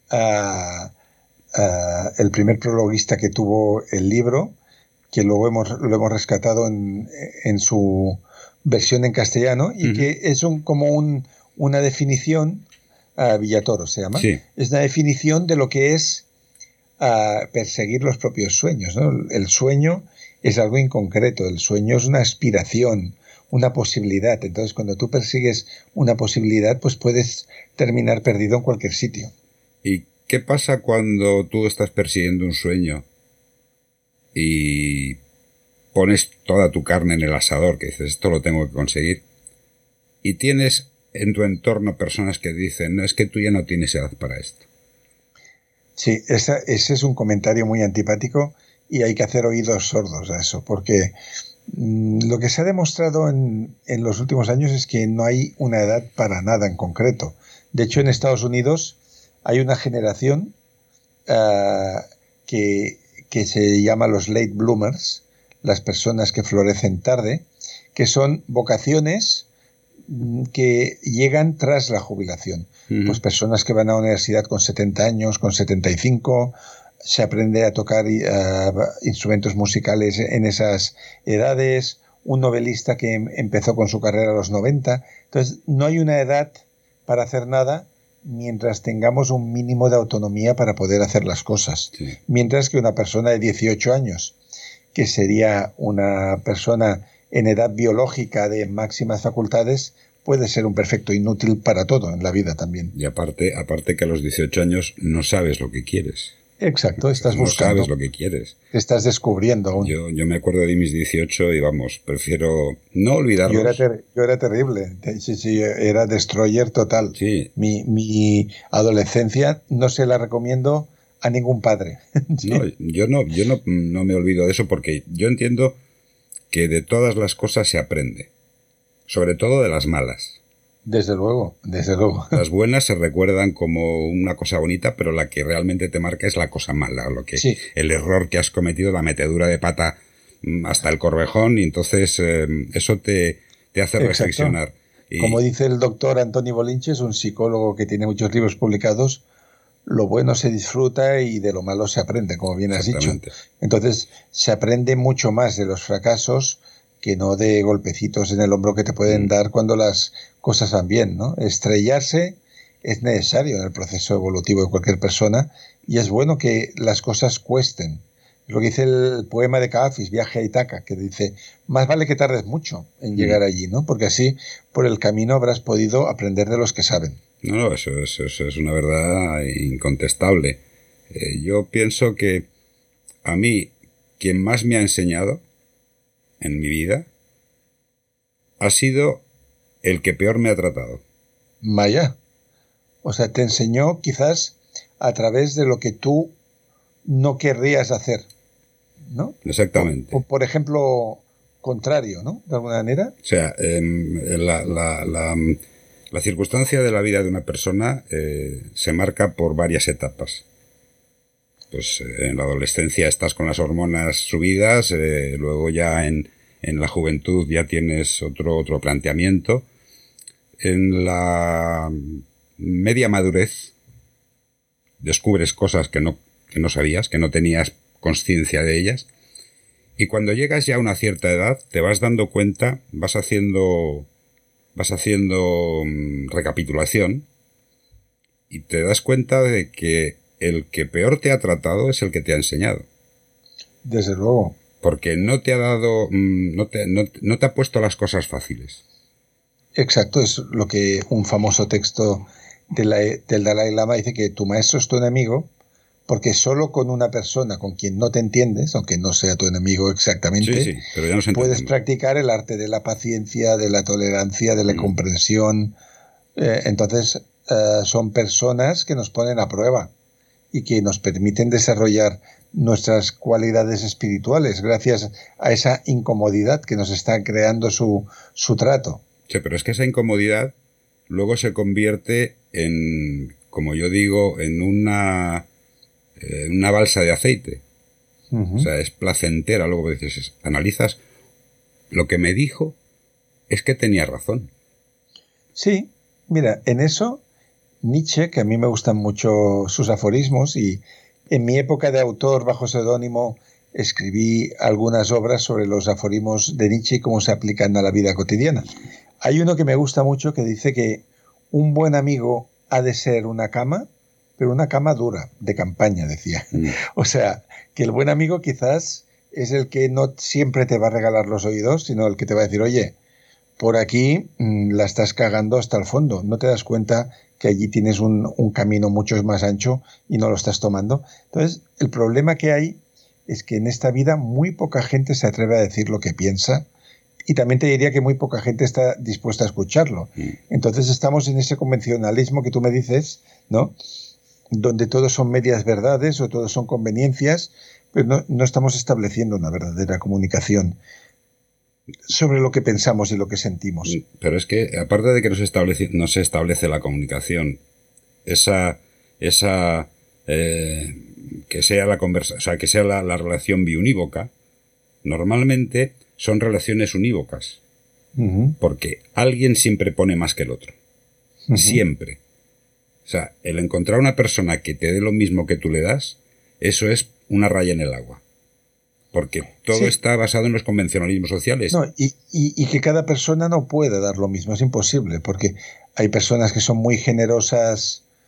El primer prologuista que tuvo el libro, que luego lo hemos rescatado en su versión en castellano, y que es una definición, Villatoro se llama, es una definición de lo que es perseguir los propios sueños, ¿no? El sueño es algo inconcreto, el sueño es una aspiración, una posibilidad. Entonces, cuando tú persigues una posibilidad, pues puedes terminar perdido en cualquier sitio. ¿Y qué pasa cuando tú estás persiguiendo un sueño y pones toda tu carne en el asador, que dices, esto lo tengo que conseguir, y tienes en tu entorno personas que dicen, no, es que tú ya no tienes edad para esto? Sí, ese es un comentario muy antipático y hay que hacer oídos sordos a eso, porque lo que se ha demostrado en los últimos años es que no hay una edad para nada en concreto. De hecho, en Estados Unidos hay una generación que se llama los late bloomers, las personas que florecen tarde, que son vocaciones que llegan tras la jubilación. Pues personas que van a la universidad con 70 años, con 75, se aprende a tocar instrumentos musicales en esas edades, un novelista que empezó con su carrera a los 90. Entonces, no hay una edad para hacer nada mientras tengamos un mínimo de autonomía para poder hacer las cosas. Sí. Mientras que una persona de 18 años, que sería una persona en edad biológica de máximas facultades, puede ser un perfecto inútil para todo en la vida también. Y aparte que a los 18 años no sabes lo que quieres. Exacto, estás No buscando. sabes lo que quieres. Te estás descubriendo aún. Yo me acuerdo de mis 18 y vamos, prefiero no olvidarlos. Yo era terrible. Sí, era destroyer total. Sí. Mi adolescencia no se la recomiendo a ningún padre. Sí. No, yo no me olvido de eso porque yo entiendo que de todas las cosas se aprende. Sobre todo de las malas. Desde luego, desde luego. Las buenas se recuerdan como una cosa bonita, pero la que realmente te marca es la cosa mala, Sí. El error que has cometido, la metedura de pata hasta el corvejón, y entonces eso te hace Exacto. reflexionar. Y, como dice el doctor Antoni Bolinches, un psicólogo que tiene muchos libros publicados, lo bueno se disfruta y de lo malo se aprende, como bien has dicho. Entonces, se aprende mucho más de los fracasos que no de golpecitos en el hombro que te pueden dar cuando las cosas van bien, ¿no? Estrellarse es necesario en el proceso evolutivo de cualquier persona y es bueno que las cosas cuesten. Es lo que dice el poema de Kafis, Viaje a Ítaca, que dice, más vale que tardes mucho en llegar allí, ¿no? Porque así por el camino habrás podido aprender de los que saben. No, eso es una verdad incontestable. Yo pienso que a mí, quien más me ha enseñado en mi vida ha sido el que peor me ha tratado. Vaya. O sea, te enseñó quizás a través de lo que tú no querrías hacer, ¿no? Exactamente. Por ejemplo, contrario, ¿no? De alguna manera. O sea, la circunstancia de la vida de una persona se marca por varias etapas. Pues en la adolescencia estás con las hormonas subidas, luego ya en la juventud ya tienes otro planteamiento. En la media madurez descubres cosas que no sabías, que no tenías conciencia de ellas. Y cuando llegas ya a una cierta edad, te vas dando cuenta, vas haciendo recapitulación y te das cuenta de que el que peor te ha tratado es el que te ha enseñado. Desde luego. Porque no te ha dado, no te ha puesto las cosas fáciles. Exacto, es lo que un famoso texto del Dalai Lama dice, que tu maestro es tu enemigo, porque solo con una persona con quien no te entiendes, aunque no sea tu enemigo exactamente, sí, pero ya nos puedes practicar el arte de la paciencia, de la tolerancia, de la comprensión. Entonces, son personas que nos ponen a prueba y que nos permiten desarrollar nuestras cualidades espirituales gracias a esa incomodidad que nos está creando su trato. Sí, pero es que esa incomodidad luego se convierte en, como yo digo, en una balsa de aceite. O sea, es placentera. Luego dices, analizas, lo que me dijo es que tenía razón. Sí, mira, en eso Nietzsche, que a mí me gustan mucho sus aforismos, y en mi época de autor bajo seudónimo escribí algunas obras sobre los aforismos de Nietzsche y cómo se aplican a la vida cotidiana. Hay uno que me gusta mucho que dice que un buen amigo ha de ser una cama, pero una cama dura, de campaña, decía. O sea, que el buen amigo quizás es el que no siempre te va a regalar los oídos, sino el que te va a decir, oye, por aquí la estás cagando hasta el fondo. No te das cuenta que allí tienes un camino mucho más ancho y no lo estás tomando. Entonces, el problema que hay es que en esta vida muy poca gente se atreve a decir lo que piensa, y también te diría que muy poca gente está dispuesta a escucharlo. Entonces estamos en ese convencionalismo que tú me dices, ¿no? Donde todos son medias verdades o todos son conveniencias, pero no estamos estableciendo una verdadera comunicación sobre lo que pensamos y lo que sentimos. Pero es que, aparte de que no se establece la comunicación, que sea la conversación, o sea, que sea la relación biunívoca, normalmente son relaciones unívocas. Porque alguien siempre pone más que el otro. Siempre. O sea, el encontrar una persona que te dé lo mismo que tú le das, eso es una raya en el agua. Porque todo está basado en los convencionalismos sociales. No, y que cada persona no puede dar lo mismo, es imposible, porque hay personas que son muy generosas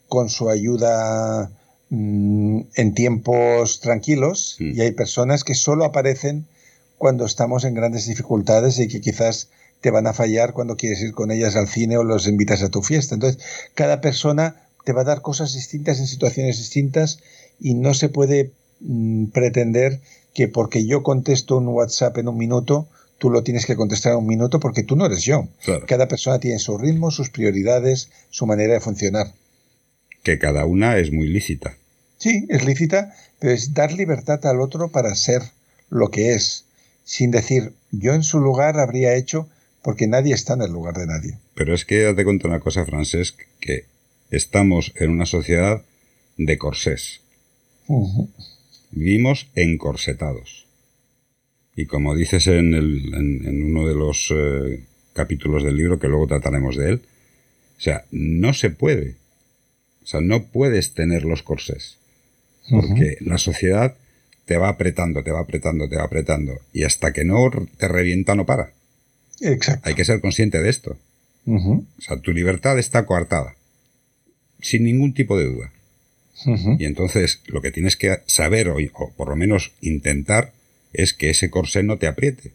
con su ayuda en tiempos tranquilos, y hay personas que solo aparecen cuando estamos en grandes dificultades y que quizás te van a fallar cuando quieres ir con ellas al cine o los invitas a tu fiesta. Entonces, cada persona te va a dar cosas distintas en situaciones distintas y no se puede pretender que porque yo contesto un WhatsApp en un minuto, tú lo tienes que contestar en un minuto, porque tú no eres yo. Claro. Cada persona tiene su ritmo, sus prioridades, su manera de funcionar. Que cada una es muy lícita. Sí, es lícita, pero es dar libertad al otro para ser lo que es, sin decir, yo en su lugar habría hecho, porque nadie está en el lugar de nadie. Pero es que date cuenta una cosa, Francesc, que estamos en una sociedad de corsés. Uh-huh. Vivimos encorsetados. Y como dices en uno de los capítulos del libro, que luego trataremos de él, o sea, no se puede. O sea, no puedes tener los corsés. Porque la sociedad te va apretando, te va apretando, te va apretando. Y hasta que no te revienta, no para. Exacto. Hay que ser consciente de esto. O sea, tu libertad está coartada. Sin ningún tipo de duda. Y entonces lo que tienes que saber, o por lo menos intentar, es que ese corsé no te apriete.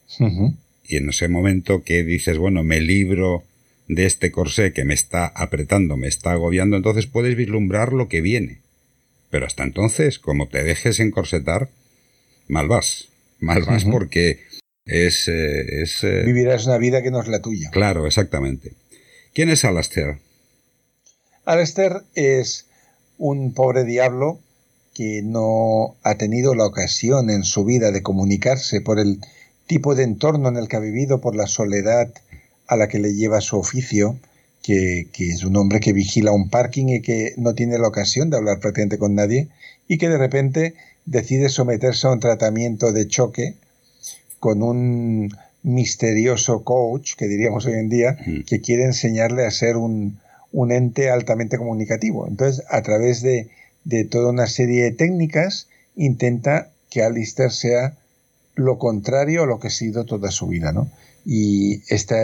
Y en ese momento que dices, bueno, me libro de este corsé que me está apretando, me está agobiando, entonces puedes vislumbrar lo que viene. Pero hasta entonces, como te dejes encorsetar, mal vas. Mal vas porque vivirás una vida que no es la tuya. Claro, exactamente. ¿Quién es Alasdair? Alasdair es un pobre diablo que no ha tenido la ocasión en su vida de comunicarse por el tipo de entorno en el que ha vivido, por la soledad a la que le lleva su oficio, que es un hombre que vigila un parking y que no tiene la ocasión de hablar prácticamente con nadie, y que de repente decide someterse a un tratamiento de choque con un misterioso coach, que diríamos hoy en día, que quiere enseñarle a ser un ente altamente comunicativo. Entonces, a través de toda una serie de técnicas, intenta que Alasdair sea lo contrario a lo que ha sido toda su vida, ¿no? Y esta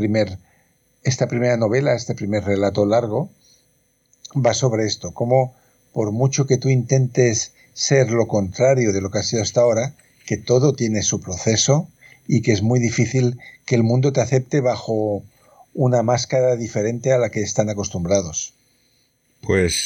primera novela, este primer relato largo, va sobre esto, cómo por mucho que tú intentes ser lo contrario de lo que has sido hasta ahora, que todo tiene su proceso y que es muy difícil que el mundo te acepte bajo una máscara diferente a la que están acostumbrados. Pues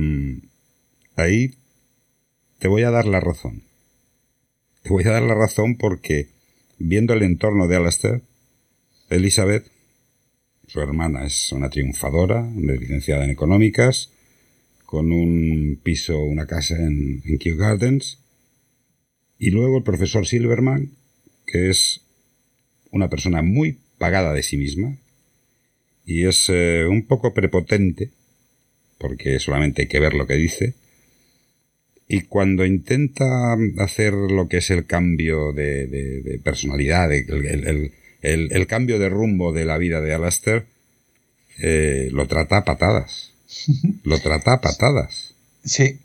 ahí te voy a dar la razón. Te voy a dar la razón porque, viendo el entorno de Alasdair, Elizabeth, su hermana, es una triunfadora, licenciada en económicas, con un piso, una casa en Kew Gardens, y luego el profesor Silverman, que es una persona muy pagada de sí misma, y es un poco prepotente, porque solamente hay que ver lo que dice, y cuando intenta hacer lo que es el cambio de personalidad, el cambio de rumbo de la vida de Alasdair, lo trata a patadas. Lo trata a patadas. Sí.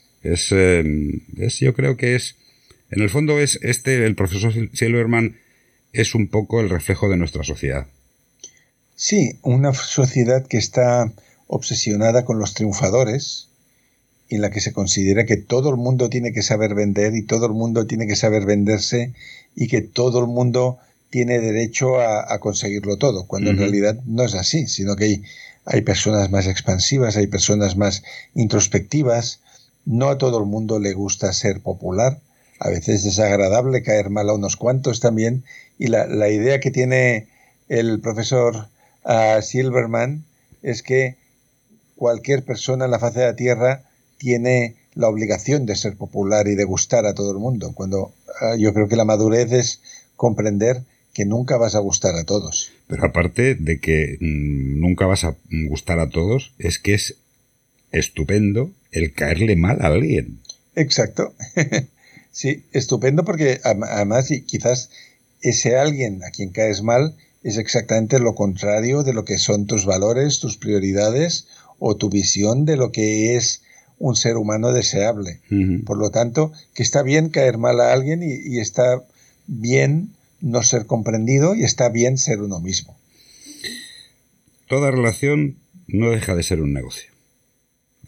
Yo creo que es, en el fondo el profesor Silverman es un poco el reflejo de nuestra sociedad. Sí, una sociedad que está obsesionada con los triunfadores, en la que se considera que todo el mundo tiene que saber vender y todo el mundo tiene que saber venderse y que todo el mundo tiene derecho a conseguirlo todo, cuando en realidad no es así, sino que hay personas más expansivas, hay personas más introspectivas. No a todo el mundo le gusta ser popular, a veces es desagradable caer mal a unos cuantos también, y la idea que tiene el profesor Silverman es que cualquier persona en la faz de la Tierra tiene la obligación de ser popular y de gustar a todo el mundo, cuando yo creo que la madurez es comprender que nunca vas a gustar a todos. Pero aparte de que nunca vas a gustar a todos, es que es estupendo el caerle mal a alguien. Exacto. Sí, estupendo, porque además quizás ese alguien a quien caes mal es exactamente lo contrario de lo que son tus valores, tus prioridades o tu visión de lo que es un ser humano deseable. Por lo tanto, que está bien caer mal a alguien y está bien no ser comprendido y está bien ser uno mismo. Toda relación no deja de ser un negocio.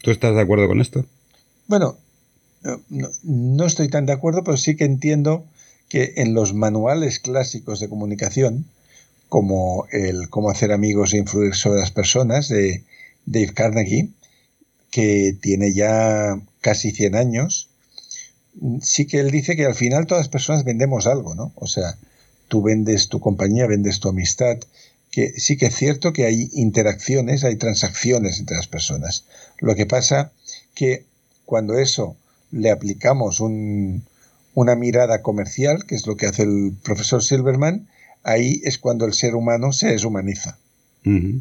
¿Tú estás de acuerdo con esto? Bueno, no estoy tan de acuerdo, pero sí que entiendo que en los manuales clásicos de comunicación, como el Cómo hacer amigos e influir sobre las personas de Dave Carnegie, que tiene ya casi 100 años, sí que él dice que al final todas las personas vendemos algo, ¿no? O sea, tú vendes tu compañía, vendes tu amistad, que sí que es cierto que hay interacciones, hay transacciones entre las personas. Lo que pasa que cuando eso le aplicamos una mirada comercial, que es lo que hace el profesor Silverman, ahí es cuando el ser humano se deshumaniza. Uh-huh.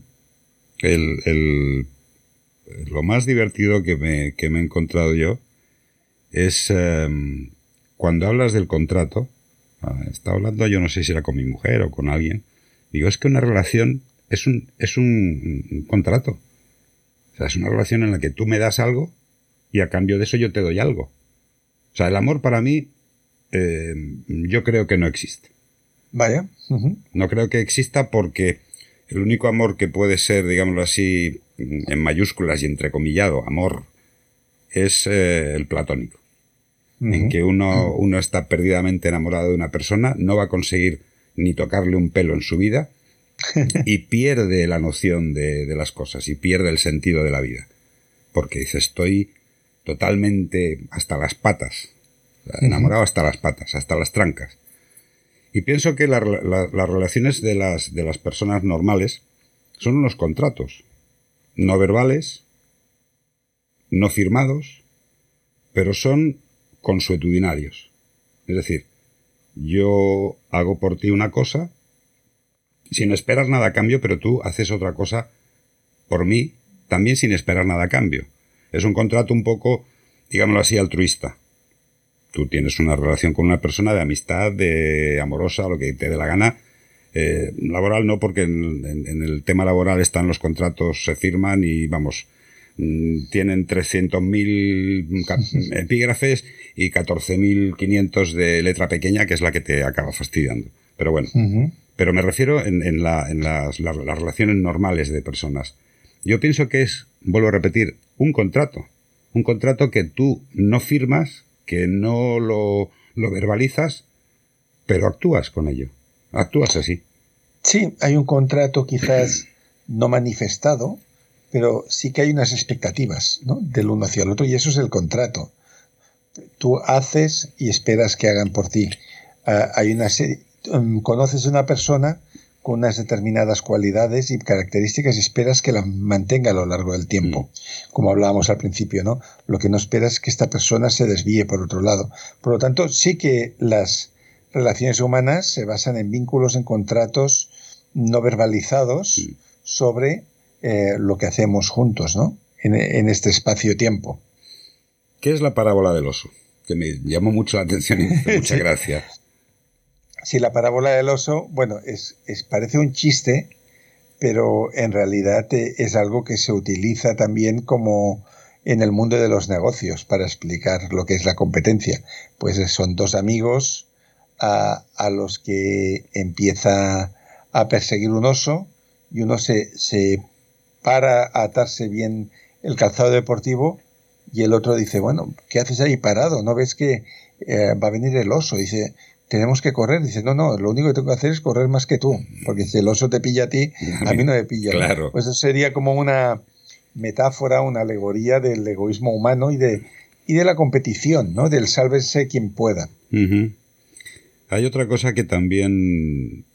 Lo más divertido que me he encontrado yo es cuando hablas del contrato. Estaba hablando, yo no sé si era con mi mujer o con alguien. Digo, es que una relación es un contrato. O sea, es una relación en la que tú me das algo y a cambio de eso yo te doy algo. O sea, el amor para mí, yo creo que no existe. Vaya. Uh-huh. No creo que exista porque el único amor que puede ser, digámoslo así, en mayúsculas y entrecomillado, amor, es el platónico. Uh-huh. En que uno está perdidamente enamorado de una persona, no va a conseguir ni tocarle un pelo en su vida y pierde la noción de las cosas y pierde el sentido de la vida. Porque dice, estoy totalmente hasta las patas, enamorado hasta las patas, hasta las trancas. Y pienso que las relaciones de las personas normales son unos contratos no verbales, no firmados, pero son consuetudinarios. Es decir, yo hago por ti una cosa sin esperar nada a cambio, pero tú haces otra cosa por mí también sin esperar nada a cambio. Es un contrato un poco, digámoslo así, altruista. Tú tienes una relación con una persona de amistad, de amorosa, lo que te dé la gana. Laboral no, porque en el tema laboral están los contratos, se firman y vamos, tienen 300.000 epígrafes y 14.500 de letra pequeña, que es la que te acaba fastidiando. Pero bueno, pero me refiero en las relaciones normales de personas. Yo pienso que es, vuelvo a repetir, un contrato que tú no firmas, que no lo verbalizas, pero actúas con ello. Actúas así. Sí, hay un contrato quizás no manifestado, pero sí que hay unas expectativas, ¿no?, del uno hacia el otro, y eso es el contrato. Tú haces y esperas que hagan por ti. Hay una serie, conoces a una persona con unas determinadas cualidades y características y esperas que las mantenga a lo largo del tiempo. Como hablábamos al principio, ¿no? Lo que no esperas es que esta persona se desvíe por otro lado. Por lo tanto, sí que las relaciones humanas se basan en vínculos, en contratos no verbalizados sobre lo que hacemos juntos, ¿no?, en este espacio-tiempo. ¿Qué es la parábola del oso? Que me llamó mucho la atención y me hizo mucha gracia. Sí, la parábola del oso, bueno, parece un chiste, pero en realidad es algo que se utiliza también como en el mundo de los negocios para explicar lo que es la competencia. Pues son dos amigos a los que empieza a perseguir un oso y uno se para a atarse bien el calzado deportivo y el otro dice, bueno, ¿qué haces ahí parado? ¿No ves que va a venir el oso? Dice, tenemos que correr. Dice, no, lo único que tengo que hacer es correr más que tú, porque si el oso te pilla a ti, a mí no me pilla. Claro. Pues eso sería como una metáfora, una alegoría del egoísmo humano y de la competición, ¿no?, del sálvese quien pueda. Uh-huh. Hay otra cosa que también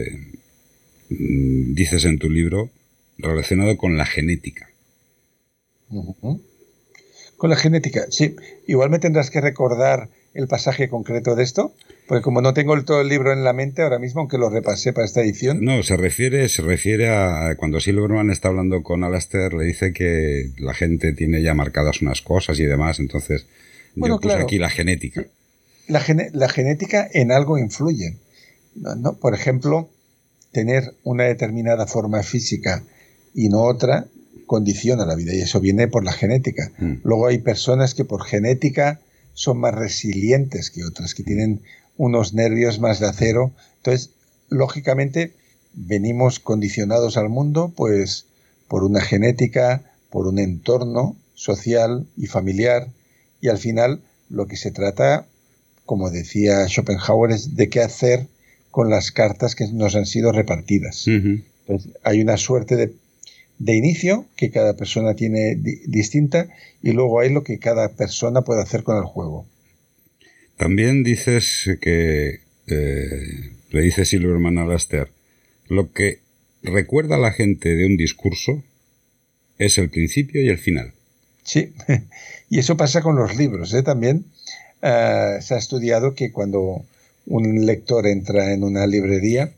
dices en tu libro relacionado con la genética. Uh-huh. Con la genética, sí. Igual me tendrás que recordar el pasaje concreto de esto, porque como no tengo todo el libro en la mente ahora mismo, aunque lo repasé para esta edición. No, se refiere a cuando Silverman está hablando con Alastair, le dice que la gente tiene ya marcadas unas cosas y demás, entonces bueno, yo puse claro, aquí la genética. La genética en algo influye, ¿no? Por ejemplo, tener una determinada forma física y no otra condiciona la vida, y eso viene por la genética. Luego hay personas que por genética son más resilientes que otras, que tienen unos nervios más de acero. Entonces, lógicamente, venimos condicionados al mundo pues por una genética, por un entorno social y familiar, y al final lo que se trata, como decía Schopenhauer, es de qué hacer con las cartas que nos han sido repartidas. Entonces, hay una suerte de inicio que cada persona tiene distinta, y luego hay lo que cada persona puede hacer con el juego. También dices que, le dice Silverman a Alastair, lo que recuerda a la gente de un discurso es el principio y el final. Sí, y eso pasa con los libros, ¿eh? También se ha estudiado que cuando un lector entra en una librería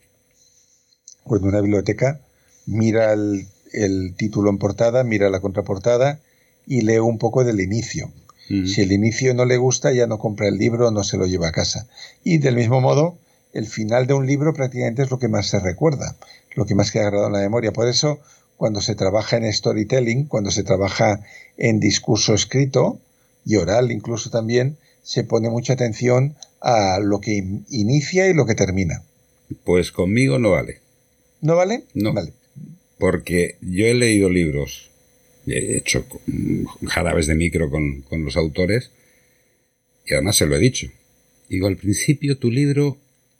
o en una biblioteca, mira el título en portada, mira la contraportada y lee un poco del inicio. Si el inicio no le gusta, ya no compra el libro, no se lo lleva a casa. Y del mismo modo, el final de un libro prácticamente es lo que más se recuerda, lo que más queda grabado en la memoria. Por eso, cuando se trabaja en storytelling, cuando se trabaja en discurso escrito y oral incluso también, se pone mucha atención a lo que inicia y lo que termina. Pues conmigo no vale. ¿No vale? No, vale. Porque yo he leído libros, he hecho jarabes de micro con los autores, y además se lo he dicho. Digo, al principio tu libro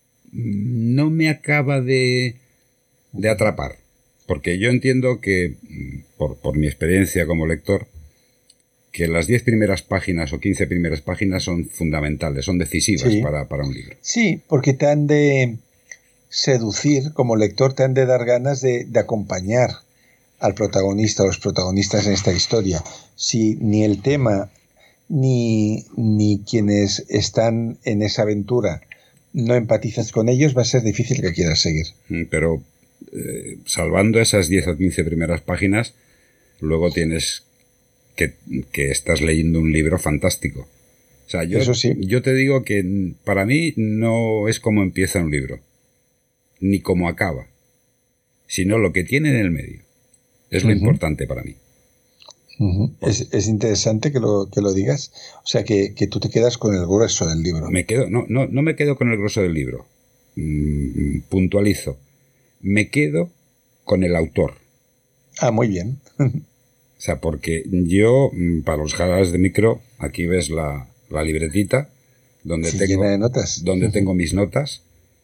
no me acaba de atrapar, porque yo entiendo que, por mi experiencia como lector, que las 10 primeras páginas o 15 primeras páginas son fundamentales, son decisivas para un libro. Sí, porque te han de seducir, como lector te han de dar ganas de acompañar al protagonista o los protagonistas en esta historia. Si ni el tema ni quienes están en esa aventura no empatizas con ellos, va a ser difícil que quieras seguir. Pero salvando esas 10 o 15 primeras páginas, luego tienes que estás leyendo un libro fantástico. O sea, Eso sí. Yo te digo que para mí no es como empieza un libro, ni cómo acaba, sino lo que tiene en el medio. Es lo importante para mí. Es interesante que lo digas. O sea, que tú te quedas con el grueso del libro. No me quedo con el grueso del libro. Puntualizo. Me quedo con el autor. Ah, muy bien. O sea, porque yo, para los jarabes de micro, aquí ves la libretita donde llena de notas. Donde tengo mis notas.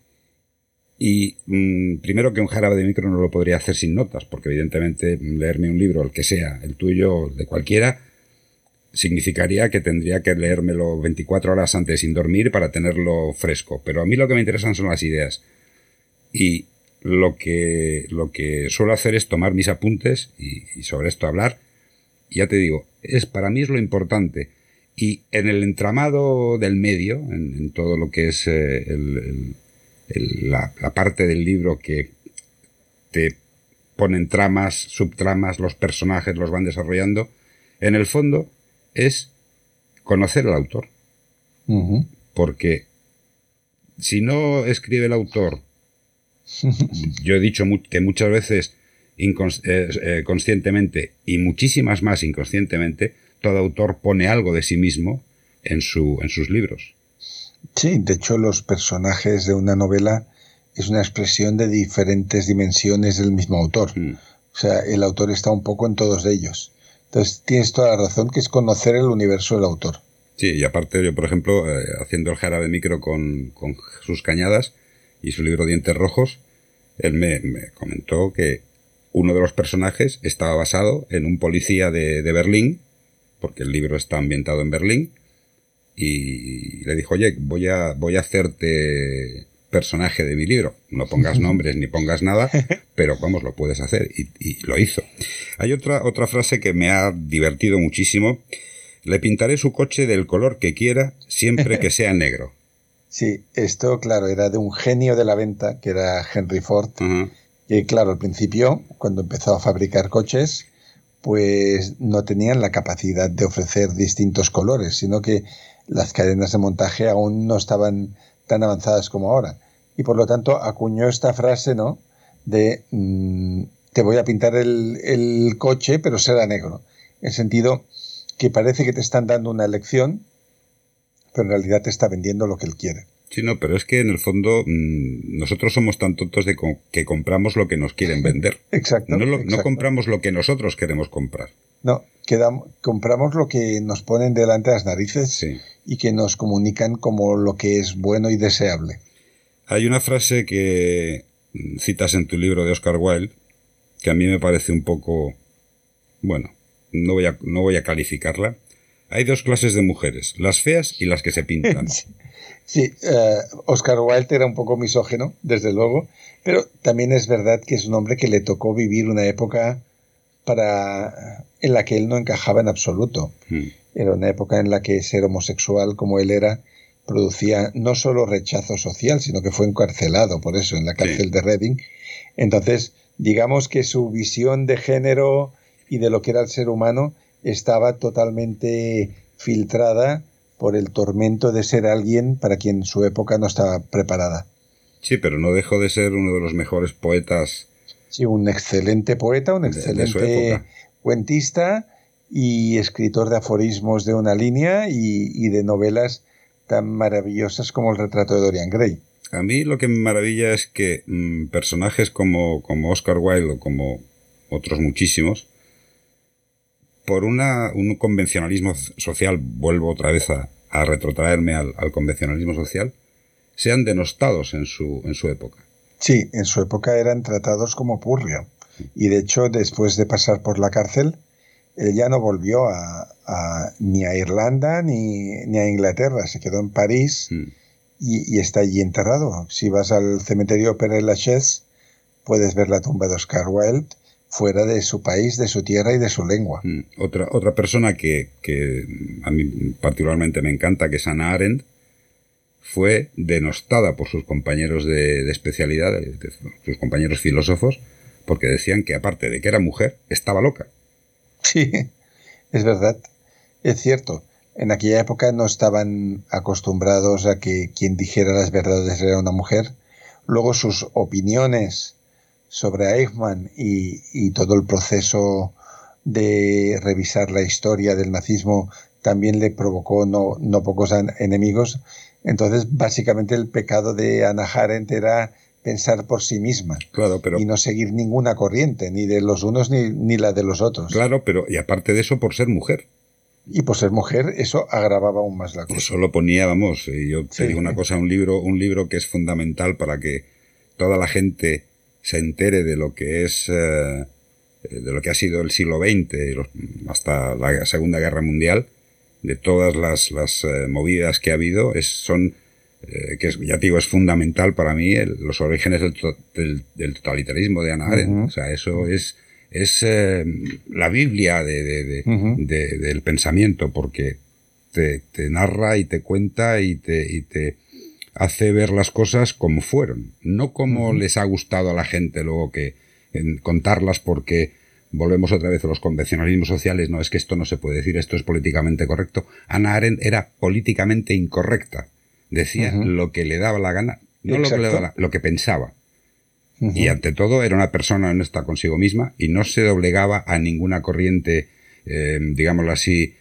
Y primero, que un jarabe de micro no lo podría hacer sin notas, porque evidentemente leerme un libro, el que sea, el tuyo, de cualquiera, significaría que tendría que leérmelo 24 horas antes sin dormir para tenerlo fresco. Pero a mí lo que me interesan son las ideas. Y lo que suelo hacer es tomar mis apuntes y sobre esto hablar. Y ya te digo, para mí es lo importante. Y en el entramado del medio, en todo lo que es la parte del libro que te ponen tramas, subtramas, los personajes los van desarrollando, en el fondo es conocer al autor. Porque si no escribe el autor, yo he dicho que muchas veces conscientemente y muchísimas más inconscientemente, todo autor pone algo de sí mismo en sus libros. Sí, de hecho los personajes de una novela es una expresión de diferentes dimensiones del mismo autor. O sea, el autor está un poco en todos ellos. Entonces tienes toda la razón, que es conocer el universo del autor. Sí, y aparte yo, por ejemplo, haciendo el jarabe micro con Jesús Cañadas y su libro Dientes Rojos, él me comentó que uno de los personajes estaba basado en un policía de Berlín, porque el libro está ambientado en Berlín, y le dijo, oye, voy a hacerte personaje de mi libro. No pongas nombres ni pongas nada, pero vamos, lo puedes hacer. Y lo hizo. Hay otra frase que me ha divertido muchísimo. Le pintaré su coche del color que quiera, siempre que sea negro. Sí, esto, claro, era de un genio de la venta, que era Henry Ford. Que, claro, al principio, cuando empezó a fabricar coches, pues no tenían la capacidad de ofrecer distintos colores, sino que las cadenas de montaje aún no estaban tan avanzadas como ahora. Y por lo tanto acuñó esta frase, ¿no? De te voy a pintar el coche, pero será negro. En el sentido que parece que te están dando una elección, pero en realidad te está vendiendo lo que él quiere. Sí, no, pero es que en el fondo nosotros somos tan tontos que compramos lo que nos quieren vender. Exacto. No compramos lo que nosotros queremos comprar. No, compramos lo que nos ponen delante de las narices Sí. y que nos comunican como lo que es bueno y deseable. Hay una frase que citas en tu libro de Oscar Wilde que a mí me parece un poco... Bueno, no voy a calificarla. Hay dos clases de mujeres, las feas y las que se pintan. Sí, Oscar Wilde era un poco misógino, desde luego, pero también es verdad que es un hombre que le tocó vivir una época en la que él no encajaba en absoluto. Era una época en la que ser homosexual como él era producía no solo rechazo social, sino que fue encarcelado por eso en la cárcel de Reading. Entonces, digamos que su visión de género y de lo que era el ser humano estaba totalmente filtrada por el tormento de ser alguien para quien su época no estaba preparada. Sí, pero no dejó de ser uno de los mejores poetas. Sí, un excelente poeta, un excelente cuentista y escritor de aforismos de una línea y de novelas tan maravillosas como El retrato de Dorian Gray. A mí lo que me maravilla es que personajes como Oscar Wilde o como otros muchísimos, por un convencionalismo social, vuelvo otra vez a retrotraerme al convencionalismo social, sean denostados en su época. Sí, en su época eran tratados como purria. Y de hecho, después de pasar por la cárcel, él ya no volvió ni a Irlanda ni a Inglaterra. Se quedó en París y está allí enterrado. Si vas al cementerio Père Lachaise, puedes ver la tumba de Oscar Wilde fuera de su país, de su tierra y de su lengua. Otra persona que a mí particularmente me encanta, que es Hannah Arendt, fue denostada por sus compañeros de especialidad, sus compañeros filósofos, porque decían que aparte de que era mujer, estaba loca. Sí, es verdad, es cierto. En aquella época no estaban acostumbrados a que quien dijera las verdades era una mujer. Luego sus opiniones sobre Eichmann y todo el proceso de revisar la historia del nazismo también le provocó no pocos enemigos. Entonces, básicamente el pecado de Hannah Arendt era pensar por sí misma, claro, pero, y no seguir ninguna corriente, ni de los unos ni la de los otros. Claro, pero y aparte de eso, por ser mujer. Y por ser mujer, eso agravaba aún más la cosa. Eso lo ponía, vamos, y yo te digo una cosa, un libro que es fundamental para que toda la gente se entere de lo que es, de lo que ha sido el siglo XX hasta la Segunda Guerra Mundial, de todas las movidas que ha habido, que ya te digo, es fundamental para mí los orígenes del totalitarismo de Hannah Arendt. O sea, eso es la Biblia del pensamiento, porque te narra y te cuenta y te hace ver las cosas como fueron, no como les ha gustado a la gente luego contarlas, porque volvemos otra vez a los convencionalismos sociales. No, es que esto no se puede decir, esto es políticamente correcto. Hannah Arendt era políticamente incorrecta. Decía lo que le daba la gana, no lo que le daba lo que pensaba. Y ante todo era una persona honesta consigo misma y no se doblegaba a ninguna corriente, digámoslo así,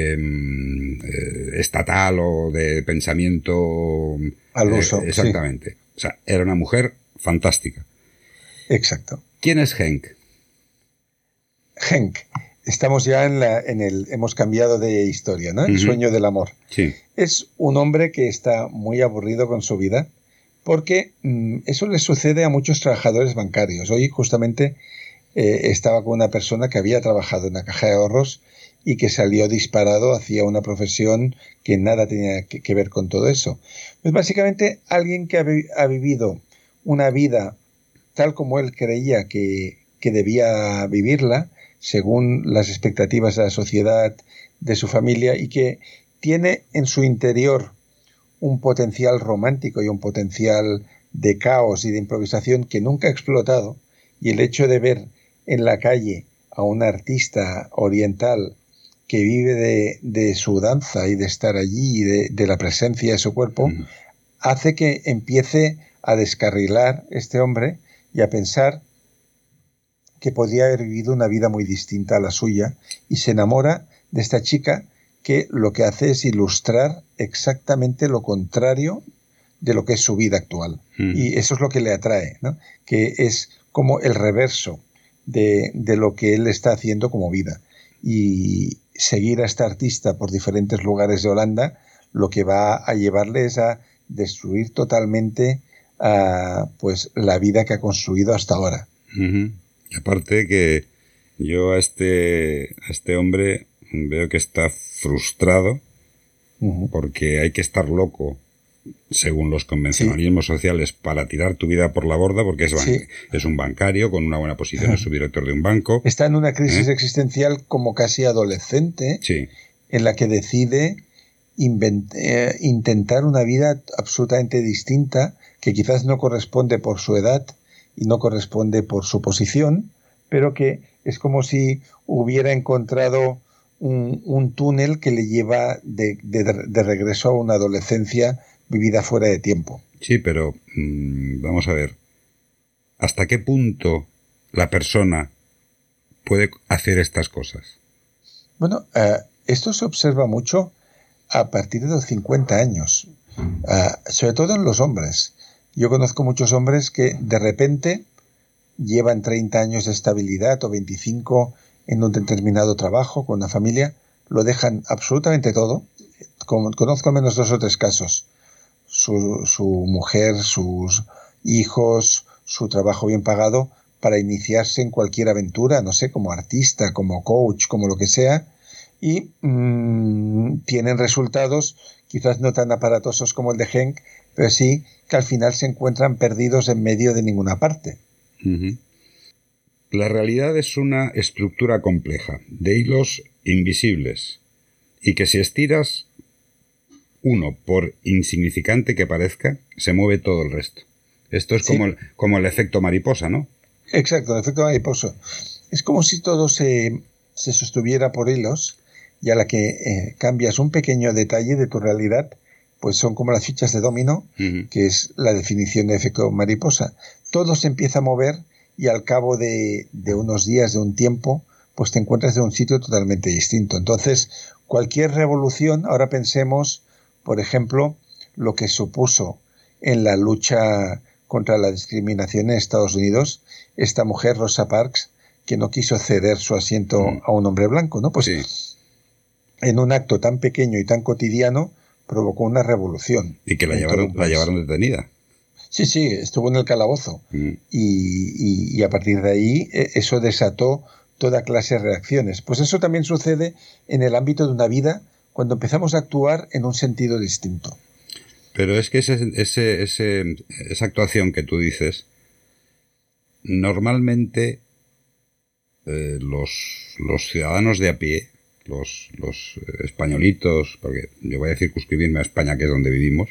estatal o de pensamiento al uso. Exactamente. Sí. O sea, era una mujer fantástica. Exacto. ¿Quién es Henk? Henk. Estamos ya hemos cambiado de historia, ¿no? El sueño del amor. Sí. Es un hombre que está muy aburrido con su vida, porque eso le sucede a muchos trabajadores bancarios. Hoy justamente estaba con una persona que había trabajado en una caja de ahorros y que salió disparado hacia una profesión que nada tenía que ver con todo eso. Pues básicamente alguien que ha vivido una vida tal como él creía que debía vivirla, según las expectativas de la sociedad, de su familia, y que tiene en su interior un potencial romántico y un potencial de caos y de improvisación que nunca ha explotado, y el hecho de ver en la calle a un artista oriental que vive de su danza y de estar allí y de la presencia de su cuerpo, hace que empiece a descarrilar este hombre y a pensar que podría haber vivido una vida muy distinta a la suya, y se enamora de esta chica que lo que hace es ilustrar exactamente lo contrario de lo que es su vida actual. Y eso es lo que le atrae, ¿no? Que es como el reverso de lo que él está haciendo como vida. y seguir a este artista por diferentes lugares de Holanda, lo que va a llevarle es a destruir totalmente pues la vida que ha construido hasta ahora. Uh-huh. Y aparte que yo a este hombre veo que está frustrado porque hay que estar loco, según los convencionalismos sociales, para tirar tu vida por la borda, porque es un bancario con una buena posición, es subdirector de un banco. Está en una crisis existencial como casi adolescente, en la que decide intentar una vida absolutamente distinta, que quizás no corresponde por su edad y no corresponde por su posición, pero que es como si hubiera encontrado un túnel que le lleva de regreso a una adolescencia vivida fuera de tiempo. Sí, pero vamos a ver, ¿hasta qué punto la persona puede hacer estas cosas? Bueno, esto se observa mucho a partir de los 50 años, sobre todo en los hombres. Yo conozco muchos hombres que de repente llevan 30 años de estabilidad o 25 en un determinado trabajo, con una familia, lo dejan absolutamente todo. Conozco al menos 2 o 3 casos. Su mujer, sus hijos, su trabajo bien pagado, para iniciarse en cualquier aventura, no sé, como artista, como coach, como lo que sea, y tienen resultados quizás no tan aparatosos como el de Henk, pero sí que al final se encuentran perdidos en medio de ninguna parte. Uh-huh. La realidad es una estructura compleja, de hilos invisibles, y que si estiras uno, por insignificante que parezca, se mueve todo el resto. Esto es como el efecto mariposa, ¿no? Exacto, el efecto mariposa. Es como si todo se sostuviera por hilos, y a la que cambias un pequeño detalle de tu realidad, pues son como las fichas de dominó, que es la definición de efecto mariposa. Todo se empieza a mover y al cabo de unos días, de un tiempo, pues te encuentras en un sitio totalmente distinto. Entonces, cualquier revolución, ahora pensemos, por ejemplo, lo que supuso en la lucha contra la discriminación en Estados Unidos, esta mujer, Rosa Parks, que no quiso ceder su asiento a un hombre blanco, ¿no? Pues en un acto tan pequeño y tan cotidiano provocó una revolución. Y que la llevaron detenida. Sí, estuvo en el calabozo. Y a partir de ahí eso desató toda clase de reacciones. Pues eso también sucede en el ámbito de una vida cuando empezamos a actuar en un sentido distinto. Pero es que esa actuación que tú dices, normalmente los ciudadanos de a pie, los españolitos, porque yo voy a circunscribirme a España, que es donde vivimos,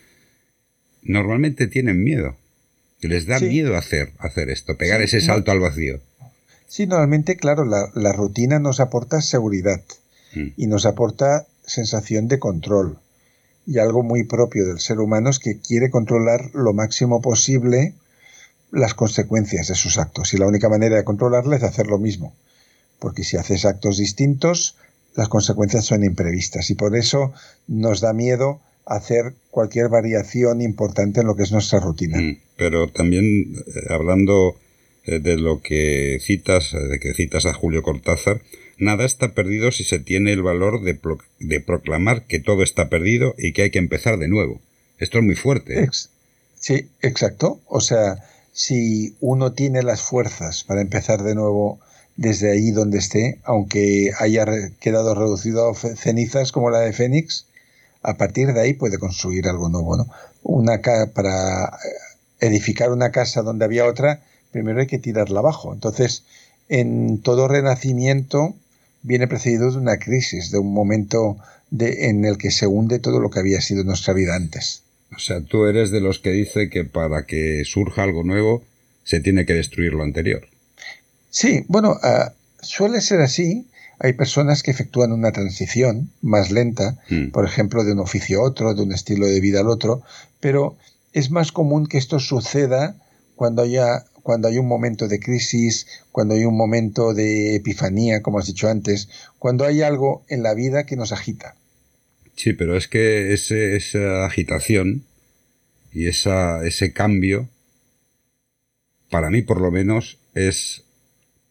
normalmente tienen miedo. Les da miedo hacer esto, pegar ese salto al vacío. Sí, normalmente, claro, la rutina nos aporta seguridad y nos aporta sensación de control. Y algo muy propio del ser humano es que quiere controlar lo máximo posible las consecuencias de sus actos. Y la única manera de controlarlas es hacer lo mismo. Porque si haces actos distintos, las consecuencias son imprevistas. Y por eso nos da miedo hacer cualquier variación importante en lo que es nuestra rutina. Pero también, hablando de lo que citas, a Julio Cortázar, nada está perdido si se tiene el valor de proclamar que todo está perdido y que hay que empezar de nuevo. Esto es muy fuerte. Sí, exacto. O sea, si uno tiene las fuerzas para empezar de nuevo desde ahí donde esté, aunque haya quedado reducido a cenizas como la de Fénix, a partir de ahí puede construir algo nuevo, ¿no? Para edificar una casa donde había otra, primero hay que tirarla abajo. Entonces, en todo renacimiento viene precedido de una crisis, de un momento en el que se hunde todo lo que había sido nuestra vida antes. O sea, tú eres de los que dice que para que surja algo nuevo se tiene que destruir lo anterior. Sí, bueno, suele ser así. Hay personas que efectúan una transición más lenta, por ejemplo, de un oficio a otro, de un estilo de vida al otro, pero es más común que esto suceda cuando hay un momento de crisis, cuando hay un momento de epifanía, como has dicho antes, cuando hay algo en la vida que nos agita. Sí, pero es que esa agitación y ese cambio, para mí por lo menos, es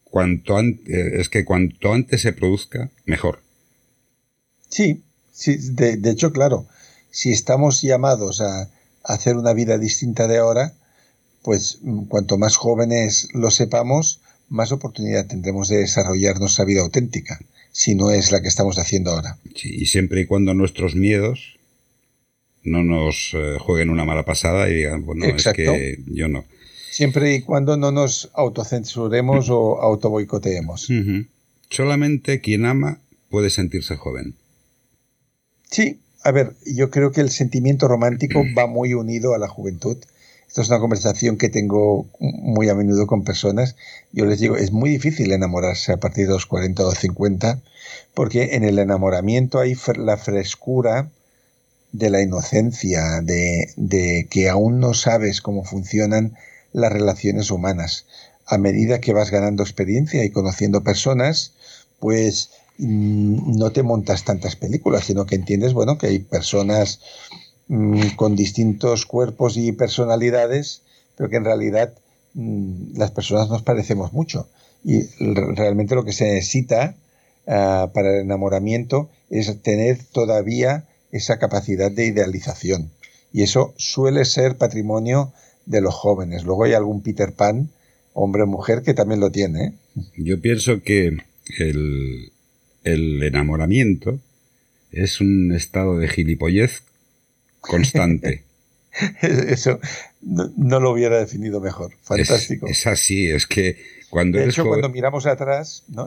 es que cuanto antes se produzca, mejor. Sí, sí, de hecho, claro, si estamos llamados a hacer una vida distinta de ahora, pues cuanto más jóvenes lo sepamos, más oportunidad tendremos de desarrollar nuestra vida auténtica, si no es la que estamos haciendo ahora. Sí, y siempre y cuando nuestros miedos no nos jueguen una mala pasada y digan, bueno, Exacto. es que yo no. Siempre y cuando no nos autocensuremos o autoboicoteemos. Solamente quien ama puede sentirse joven. Sí, a ver, yo creo que el sentimiento romántico va muy unido a la juventud. Esto es una conversación que tengo muy a menudo con personas. Yo les digo, es muy difícil enamorarse a partir de los 40 o 50, porque en el enamoramiento hay la frescura de la inocencia, de que aún no sabes cómo funcionan las relaciones humanas. A medida que vas ganando experiencia y conociendo personas, pues no te montas tantas películas, sino que entiendes, bueno, que hay personas con distintos cuerpos y personalidades, pero que en realidad las personas nos parecemos mucho. Y realmente lo que se necesita para el enamoramiento es tener todavía esa capacidad de idealización. Y eso suele ser patrimonio de los jóvenes. Luego hay algún Peter Pan, hombre o mujer, que también lo tiene, ¿eh? Yo pienso que el enamoramiento es un estado de gilipollez constante. Eso no lo hubiera definido mejor. Fantástico. Es así, es que cuando de eres hecho, joven... cuando miramos atrás, ¿no?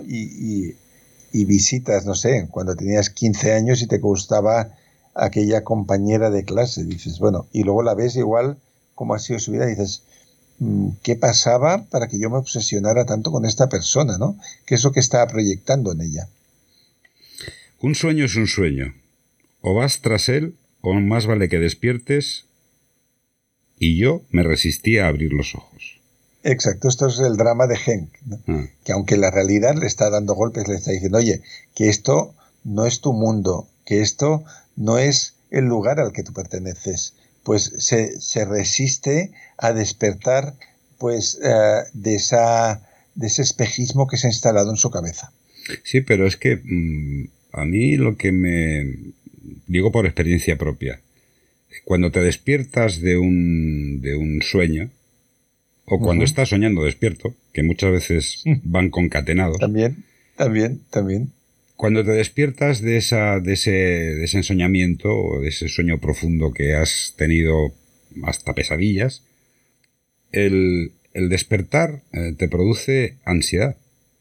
y visitas, no sé, cuando tenías 15 años y te gustaba aquella compañera de clase, dices, bueno, y luego la ves igual como ha sido su vida, dices, ¿qué pasaba para que yo me obsesionara tanto con esta persona, ¿no? ¿Qué es lo que estaba proyectando en ella? Un sueño es un sueño. O vas tras él, o más vale que despiertes. Y yo me resistía a abrir los ojos. Exacto, esto es el drama de Henk, ¿no? Que aunque la realidad le está dando golpes, le está diciendo, oye, que esto no es tu mundo, que esto no es el lugar al que tú perteneces, pues se resiste a despertar pues de ese espejismo que se ha instalado en su cabeza. Sí, pero es que a mí lo que me... digo por experiencia propia, cuando te despiertas de un sueño, o cuando estás soñando despierto, que muchas veces van concatenados. También. Cuando te despiertas de ese ensoñamiento, o de ese sueño profundo que has tenido hasta pesadillas, el despertar te produce ansiedad.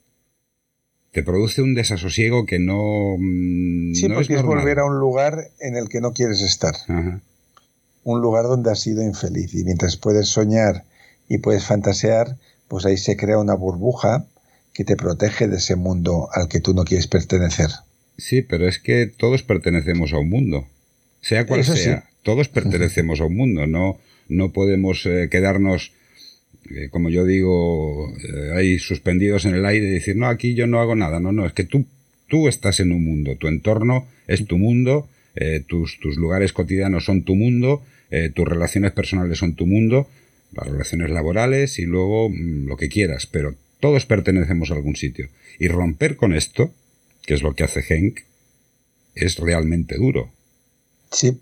Te produce un desasosiego que no, sí, no porque es normal. volver a un lugar en el que no quieres estar. Ajá. Un lugar donde has sido infeliz. Y mientras puedes soñar y puedes fantasear, pues ahí se crea una burbuja que te protege de ese mundo al que tú no quieres pertenecer. Sí, pero es que todos pertenecemos a un mundo. Sea cual Eso sea, sí. todos pertenecemos a un mundo. No podemos quedarnos, como yo digo, ahí suspendidos en el aire y decir, no, aquí yo no hago nada. No, es que tú estás en un mundo. Tu entorno es tu mundo, tus lugares cotidianos son tu mundo, tus relaciones personales son tu mundo, las relaciones laborales y luego lo que quieras, pero todos pertenecemos a algún sitio. Y romper con esto, que es lo que hace Henk, es realmente duro. Sí.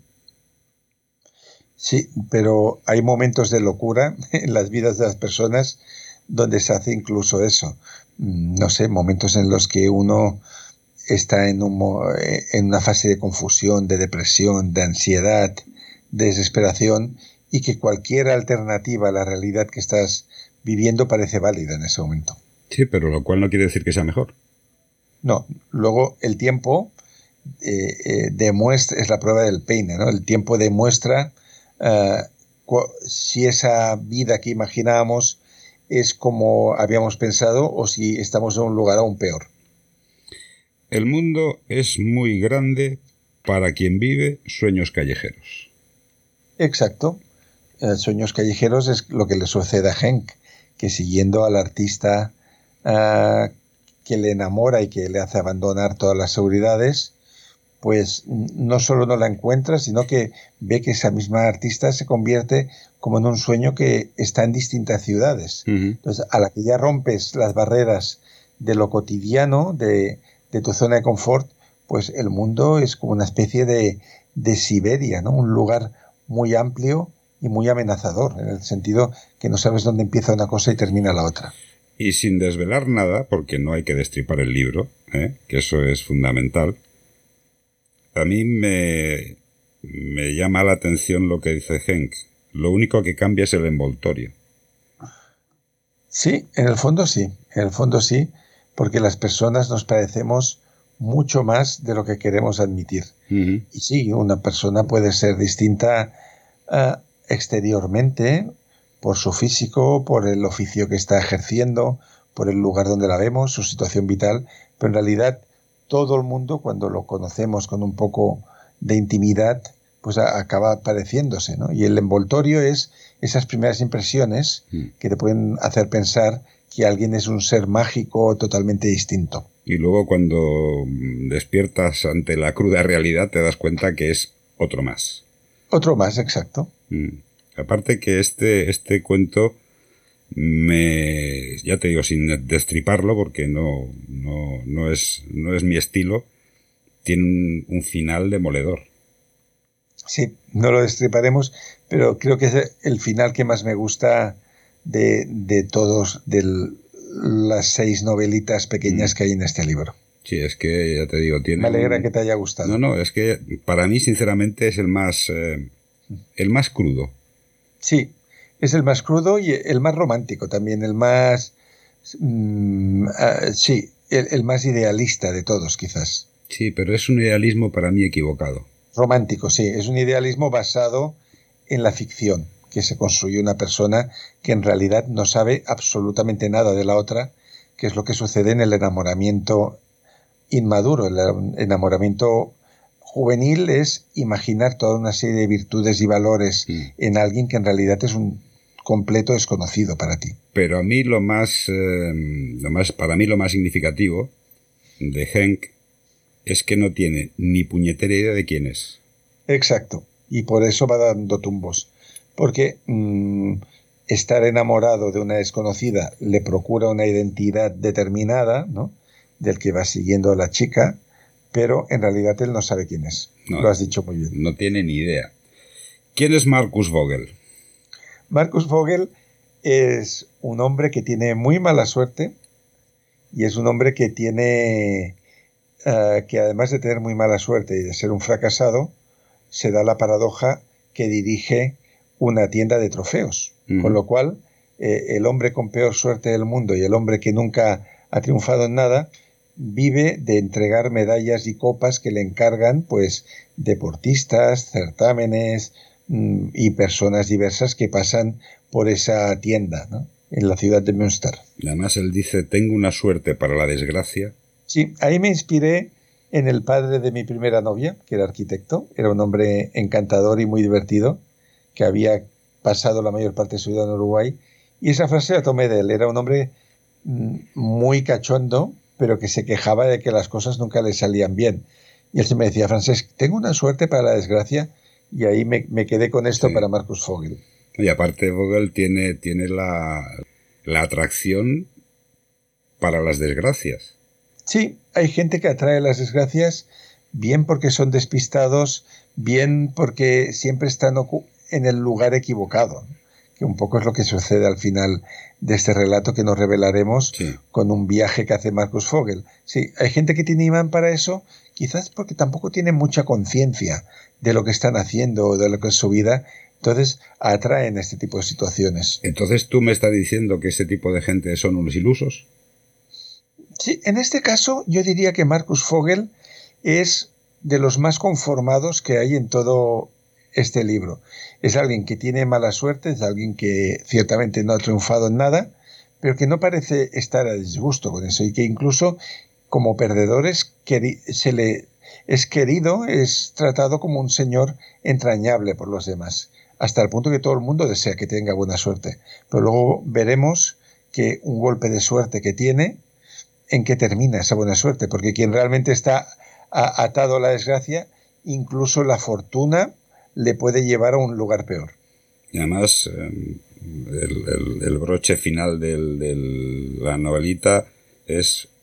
Sí, pero hay momentos de locura en las vidas de las personas donde se hace incluso eso. No sé, momentos en los que uno está en una fase de confusión, de depresión, de ansiedad, de desesperación, y que cualquier alternativa a la realidad que estás viviendo parece válida en ese momento. Sí, pero lo cual no quiere decir que sea mejor. No, luego el tiempo demuestra, es la prueba del peine, ¿no? El tiempo demuestra si esa vida que imaginábamos es como habíamos pensado o si estamos en un lugar aún peor. El mundo es muy grande para quien vive sueños callejeros. Exacto. Sueños callejeros es lo que le sucede a Henk, que siguiendo al artista que le enamora y que le hace abandonar todas las seguridades, pues no solo no la encuentra, sino que ve que esa misma artista se convierte como en un sueño que está en distintas ciudades. Entonces, a la que ya rompes las barreras de lo cotidiano, de tu zona de confort, pues el mundo es como una especie de Siberia, ¿no? Un lugar muy amplio y muy amenazador, en el sentido que no sabes dónde empieza una cosa y termina la otra. Y sin desvelar nada, porque no hay que destripar el libro, que eso es fundamental, a mí me llama la atención lo que dice Henk. Lo único que cambia es el envoltorio. Sí, en el fondo sí, porque las personas nos parecemos mucho más de lo que queremos admitir. Uh-huh. Y sí, una persona puede ser distinta exteriormente por su físico, por el oficio que está ejerciendo, por el lugar donde la vemos, su situación vital, pero en realidad todo el mundo, cuando lo conocemos con un poco de intimidad, pues acaba pareciéndose, ¿no? Y el envoltorio es esas primeras impresiones que te pueden hacer pensar que alguien es un ser mágico totalmente distinto. Y luego cuando despiertas ante la cruda realidad te das cuenta que es otro más. Otro más, exacto. Aparte que este cuento ya te digo, sin destriparlo, porque no es mi estilo, tiene un final demoledor. Sí, no lo destriparemos, pero creo que es el final que más me gusta de todos, de las 6 novelitas pequeñas que hay en este libro. Sí, es que ya te digo, tiene... Me alegra que te haya gustado. No, es que para mí, sinceramente, es el más crudo. Sí, es el más crudo y el más romántico también, el más... sí, el más idealista de todos, quizás. Sí, pero es un idealismo para mí equivocado. Romántico, sí, es un idealismo basado en la ficción, que se construye una persona que en realidad no sabe absolutamente nada de la otra, que es lo que sucede en el enamoramiento inmaduro. El enamoramiento juvenil es imaginar toda una serie de virtudes y valores en alguien que en realidad es un completo desconocido para ti. Pero a mí para mí lo más significativo de Henk es que no tiene ni puñetera idea de quién es. Exacto, y por eso va dando tumbos, porque estar enamorado de una desconocida le procura una identidad determinada, ¿no?, del que va siguiendo a la chica, pero en realidad él no sabe quién es. No, lo has dicho muy bien. No tiene ni idea. ¿Quién es Marcus Vogel? Marcus Vogel es un hombre que tiene muy mala suerte y es un hombre que tiene... que además de tener muy mala suerte y de ser un fracasado, se da la paradoja que dirige una tienda de trofeos. Con lo cual, el hombre con peor suerte del mundo y el hombre que nunca ha triunfado en nada, vive de entregar medallas y copas que le encargan, pues, deportistas, certámenes y personas diversas que pasan por esa tienda, ¿no?, en la ciudad de Münster. Además, él dice, tengo una suerte para la desgracia. Sí, ahí me inspiré en el padre de mi primera novia, que era arquitecto. Era un hombre encantador y muy divertido, que había pasado la mayor parte de su vida en Uruguay. Y esa frase la tomé de él. Era un hombre muy cachondo, pero que se quejaba de que las cosas nunca le salían bien. Y él se me decía, Francesc, tengo una suerte para la desgracia. Y ahí me quedé con esto para Marcus Vogel. Y aparte Vogel tiene la atracción para las desgracias. Sí, hay gente que atrae las desgracias bien porque son despistados, bien porque siempre están en el lugar equivocado, que un poco es lo que sucede al final de este relato que nos revelaremos con un viaje que hace Marcus Vogel. Sí, hay gente que tiene imán para eso, quizás porque tampoco tiene mucha conciencia de lo que están haciendo o de lo que es su vida, entonces atraen este tipo de situaciones. Entonces tú me estás diciendo que ese tipo de gente son unos ilusos. Sí, en este caso yo diría que Marcus Vogel es de los más conformados que hay en todo este libro. Es alguien que tiene mala suerte, es alguien que ciertamente no ha triunfado en nada, pero que no parece estar a disgusto con eso y que incluso como perdedor es querido, es tratado como un señor entrañable por los demás, hasta el punto que todo el mundo desea que tenga buena suerte. Pero luego veremos que un golpe de suerte que tiene, ¿en qué termina esa buena suerte? Porque quien realmente está atado a la desgracia, incluso la fortuna le puede llevar a un lugar peor. Y además, el broche final de la novelita es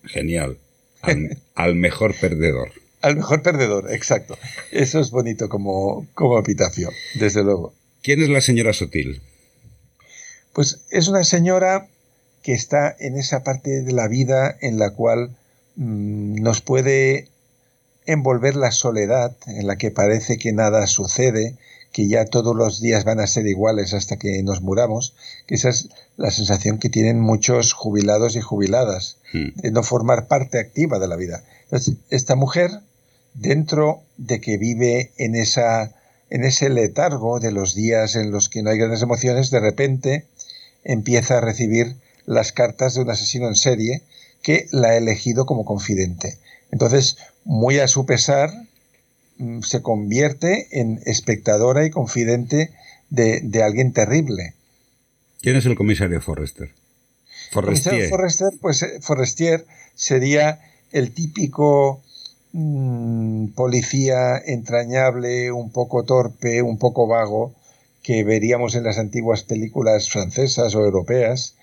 Genial. Al mejor perdedor. Al mejor perdedor, exacto. Eso es bonito como epitafio, desde luego. ¿Quién es la señora Sotil? Pues es una señora que está en esa parte de la vida en la cual nos puede envolver la soledad, en la que parece que nada sucede, que ya todos los días van a ser iguales hasta que nos muramos, que esa es la sensación que tienen muchos jubilados y jubiladas, de no formar parte activa de la vida. Entonces, esta mujer, dentro de que vive en ese letargo de los días en los que no hay grandes emociones, de repente empieza a recibir las cartas de un asesino en serie que la ha elegido como confidente. Entonces, muy a su pesar, se convierte en espectadora y confidente de alguien terrible. ¿Quién es el comisario Forrester? Comisario Forrester, pues Forrestier sería el típico policía entrañable, un poco torpe, un poco vago, que veríamos en las antiguas películas francesas o europeas,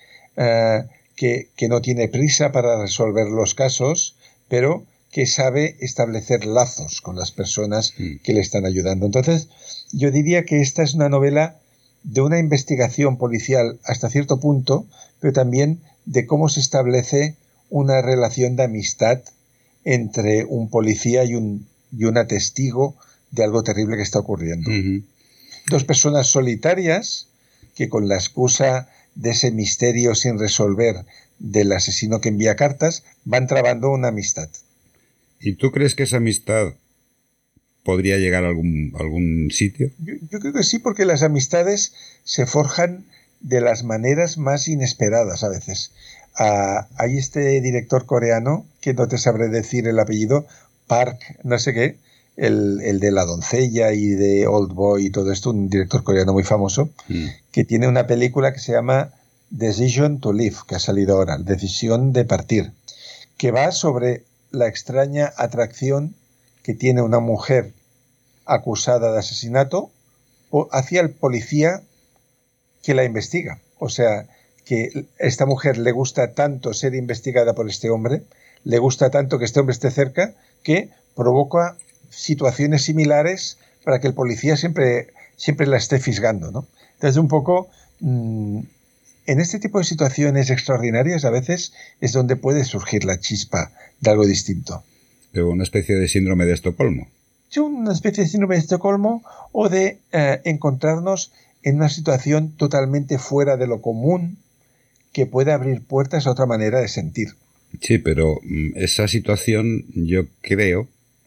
que no tiene prisa para resolver los casos, pero que sabe establecer lazos con las personas que le están ayudando. Entonces, yo diría que esta es una novela de una investigación policial hasta cierto punto, pero también de cómo se establece una relación de amistad entre un policía y una testigo de algo terrible que está ocurriendo. Dos personas solitarias que, con la excusa de ese misterio sin resolver del asesino que envía cartas, van trabando una amistad. ¿Y tú crees que esa amistad podría llegar a algún sitio? Yo creo que sí, porque las amistades se forjan de las maneras más inesperadas a veces. Hay este director coreano, que no te sabré decir el apellido, Park, no sé qué, el de La doncella y de Old Boy y todo esto, un director coreano muy famoso, que tiene una película que se llama Decision to Live, que ha salido ahora, Decisión de partir, que va sobre la extraña atracción que tiene una mujer acusada de asesinato hacia el policía que la investiga. O sea, que esta mujer le gusta tanto ser investigada por este hombre, le gusta tanto que este hombre esté cerca, que provoca situaciones similares para que el policía siempre la esté fisgando, ¿no? Entonces, un poco, en este tipo de situaciones extraordinarias a veces es donde puede surgir la chispa de algo distinto. Pero una especie de síndrome de Estocolmo. Sí, una especie de síndrome de Estocolmo, o de encontrarnos en una situación totalmente fuera de lo común que puede abrir puertas a otra manera de sentir. Sí, pero esa situación yo creo,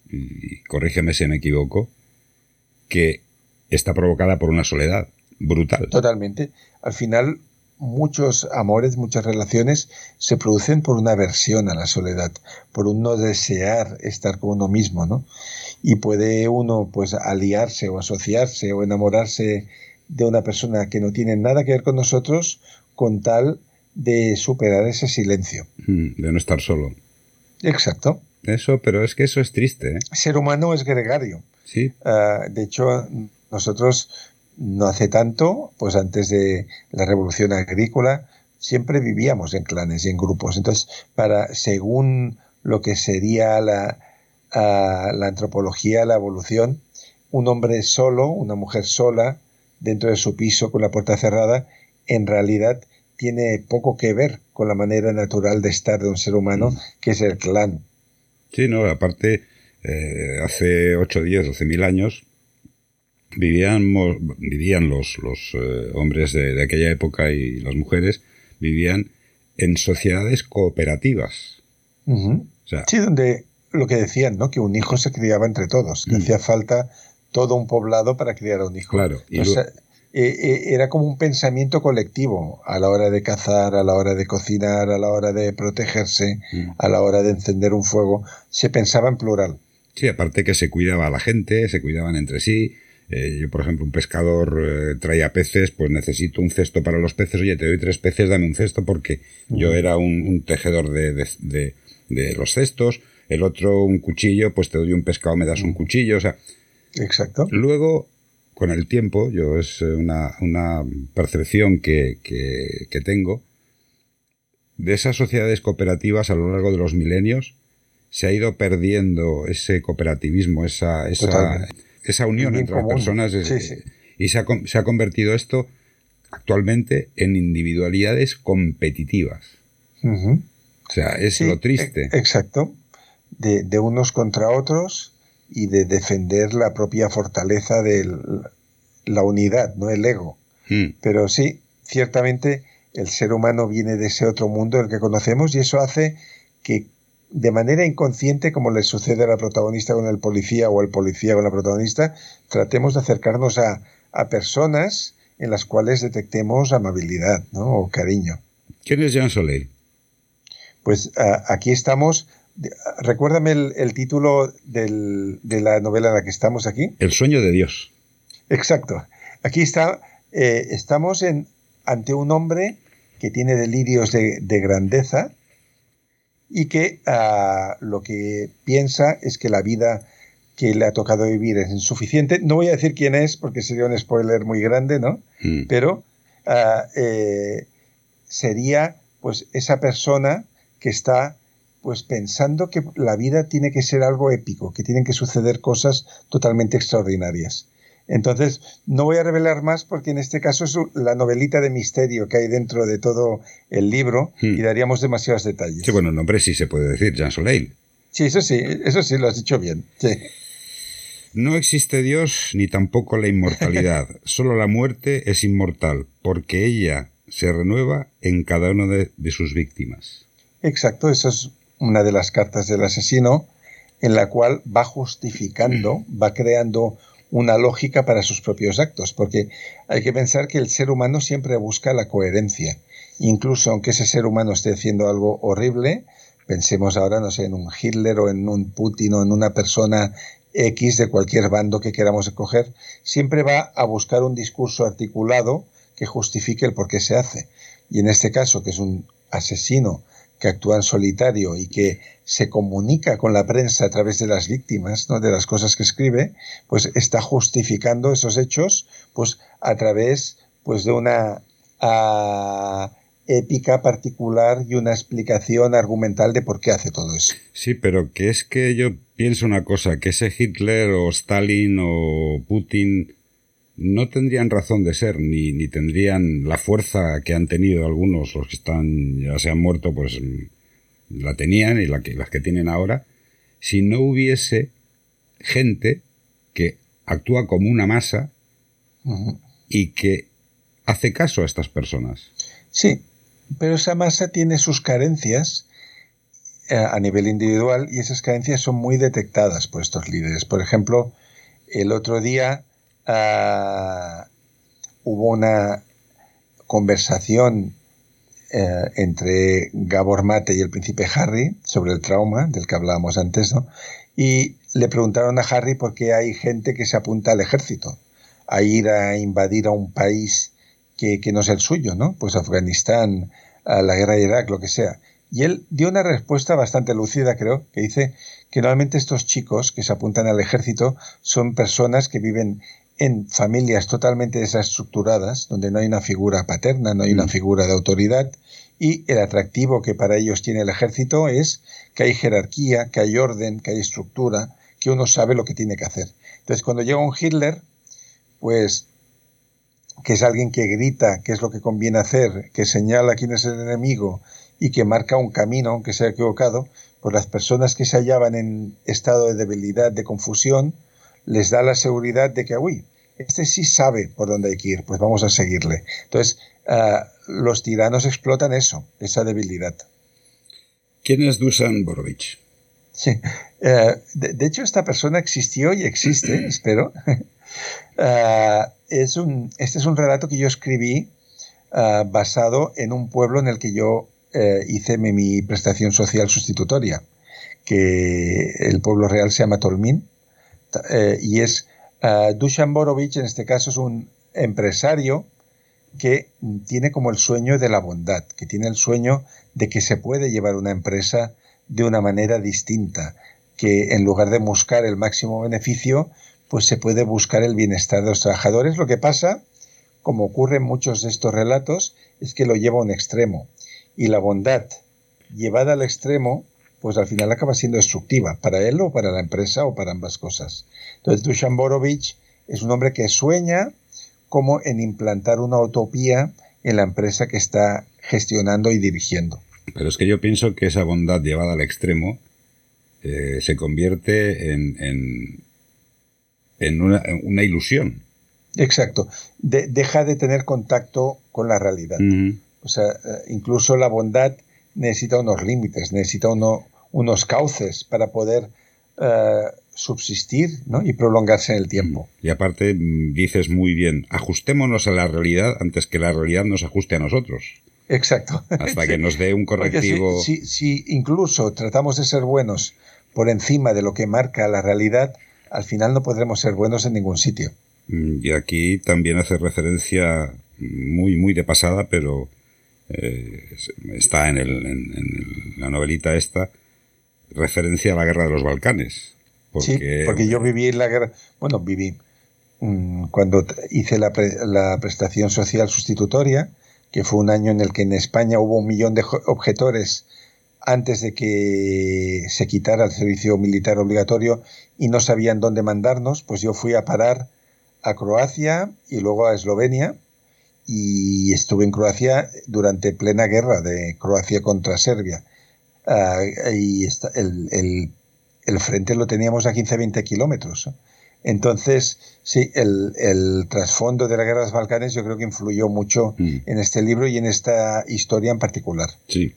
y corrígeme si me equivoco, que está provocada por una soledad brutal. Totalmente. Al final, muchos amores, muchas relaciones se producen por una aversión a la soledad, por un no desear estar con uno mismo, ¿no? Y puede uno, pues, aliarse o asociarse o enamorarse de una persona que no tiene nada que ver con nosotros, con tal de superar ese silencio. De no estar solo. Exacto. Eso, pero es que eso es triste, ¿eh? Ser humano es gregario. Sí. De hecho, nosotros no hace tanto, pues antes de la revolución agrícola, siempre vivíamos en clanes y en grupos. Entonces, según lo que sería la antropología, la evolución, un hombre solo, una mujer sola, dentro de su piso con la puerta cerrada, en realidad tiene poco que ver con la manera natural de estar de un ser humano, que es el clan. Sí, no, aparte, hace 8, 10, 12.000 años vivían los hombres de aquella época, y las mujeres vivían en sociedades cooperativas. O sea, sí, donde lo que decían, ¿no? Que un hijo se criaba entre todos, que hacía falta todo un poblado para criar a un hijo. Claro. Entonces, era como un pensamiento colectivo a la hora de cazar, a la hora de cocinar, a la hora de protegerse, a la hora de encender un fuego. Se pensaba en plural. Sí, aparte que se cuidaba a la gente, se cuidaban entre sí. Yo, por ejemplo, un pescador traía peces, pues necesito un cesto para los peces. Oye, te doy 3 peces, dame un cesto, porque yo era un tejedor de los cestos. El otro, un cuchillo, pues te doy un pescado, me das un cuchillo. O sea, exacto. Luego, con el tiempo, es una percepción que tengo, de esas sociedades cooperativas a lo largo de los milenios se ha ido perdiendo ese cooperativismo, esa unión entre las personas, sí. Y se ha convertido esto actualmente en individualidades competitivas. Uh-huh. O sea, es lo triste. Exacto. De unos contra otros y de defender la propia fortaleza de la unidad, no el ego. Pero sí, ciertamente el ser humano viene de ese otro mundo el que conocemos y eso hace que de manera inconsciente, como le sucede a la protagonista con el policía o al policía con la protagonista, tratemos de acercarnos a personas en las cuales detectemos amabilidad, ¿no? O cariño. ¿Quién es Jean Soleil? Pues aquí estamos. Recuérdame el título de la novela en la que estamos aquí. El sueño de Dios. Exacto. Aquí estamos ante un hombre que tiene delirios de grandeza y que lo que piensa es que la vida que le ha tocado vivir es insuficiente. No voy a decir quién es porque sería un spoiler muy grande, ¿no? Pero sería pues esa persona que está pues pensando que la vida tiene que ser algo épico, que tienen que suceder cosas totalmente extraordinarias. Entonces, no voy a revelar más porque en este caso es la novelita de misterio que hay dentro de todo el libro y daríamos demasiados detalles. Sí, bueno, el nombre sí se puede decir, Jean Soleil. Sí, eso sí, lo has dicho bien. Sí. No existe Dios ni tampoco la inmortalidad. Solo la muerte es inmortal, porque ella se renueva en cada una de sus víctimas. Exacto, eso es una de las cartas del asesino, en la cual va justificando, va creando una lógica para sus propios actos, porque hay que pensar que el ser humano siempre busca la coherencia. Incluso aunque ese ser humano esté haciendo algo horrible, pensemos ahora, no sé, en un Hitler o en un Putin o en una persona X de cualquier bando que queramos escoger, siempre va a buscar un discurso articulado que justifique el por qué se hace. Y en este caso, que es un asesino que actúa en solitario y que se comunica con la prensa a través de las víctimas, ¿no? De las cosas que escribe, pues está justificando esos hechos pues a través pues de una épica particular y una explicación argumental de por qué hace todo eso. Sí, pero que es que yo pienso una cosa, que ese Hitler o Stalin o Putin no tendrían razón de ser, ni tendrían la fuerza que han tenido algunos, los que ya se han muerto, pues la tenían y las que tienen ahora, si no hubiese gente que actúa como una masa y que hace caso a estas personas. Sí, pero esa masa tiene sus carencias a nivel individual y esas carencias son muy detectadas por estos líderes. Por ejemplo, el otro día hubo una conversación entre Gabor Mate y el príncipe Harry sobre el trauma del que hablábamos antes, ¿no? Y le preguntaron a Harry por qué hay gente que se apunta al ejército a ir a invadir a un país que no es el suyo, ¿no? Pues Afganistán, a la guerra de Irak, lo que sea. Y él dio una respuesta bastante lúcida, creo, que dice que normalmente estos chicos que se apuntan al ejército son personas que viven en familias totalmente desestructuradas, donde no hay una figura paterna, no hay una figura de autoridad, y el atractivo que para ellos tiene el ejército es que hay jerarquía, que hay orden, que hay estructura, que uno sabe lo que tiene que hacer. Entonces, cuando llega un Hitler, pues que es alguien que grita qué es lo que conviene hacer, que señala quién es el enemigo y que marca un camino, aunque sea equivocado, pues las personas que se hallaban en estado de debilidad, de confusión, les da la seguridad de que, uy, este sí sabe por dónde hay que ir, pues vamos a seguirle. Entonces, los tiranos explotan eso, esa debilidad. ¿Quién es Dusan Borovich? Sí. De hecho, esta persona existió y existe, espero. Este es un relato que yo escribí basado en un pueblo en el que yo hice mi prestación social sustitutoria, que el pueblo real se llama Tolmin, y es Dusan Borovich, en este caso es un empresario que tiene como el sueño de la bondad, que tiene el sueño de que se puede llevar una empresa de una manera distinta, que en lugar de buscar el máximo beneficio, pues se puede buscar el bienestar de los trabajadores. Lo que pasa, como ocurre en muchos de estos relatos, es que lo lleva a un extremo. Y la bondad llevada al extremo, pues al final acaba siendo destructiva, para él o para la empresa o para ambas cosas. Entonces Dusan Borovich es un hombre que sueña como en implantar una utopía en la empresa que está gestionando y dirigiendo. Pero es que yo pienso que esa bondad llevada al extremo se convierte en una ilusión. Exacto. Deja de tener contacto con la realidad. O sea, incluso la bondad necesita unos límites, necesita unos cauces para poder subsistir, ¿no? Y prolongarse en el tiempo. Y aparte dices muy bien, ajustémonos a la realidad antes que la realidad nos ajuste a nosotros. Exacto. Hasta que nos dé un correctivo. Si incluso tratamos de ser buenos por encima de lo que marca la realidad, al final no podremos ser buenos en ningún sitio. Y aquí también hace referencia muy, muy de pasada, pero está en la novelita esta, referencia a la guerra de los Balcanes. Porque yo viví en la guerra. Bueno, viví cuando hice la prestación social sustitutoria, que fue un año en el que en España hubo 1 millón de objetores antes de que se quitara el servicio militar obligatorio y no sabían dónde mandarnos. Pues yo fui a parar a Croacia y luego a Eslovenia, y estuve en Croacia durante plena guerra de Croacia contra Serbia. Y el frente lo teníamos a 15-20 kilómetros. Entonces, sí, el trasfondo de la guerra de los Balcanes yo creo que influyó mucho en este libro y en esta historia en particular. Sí.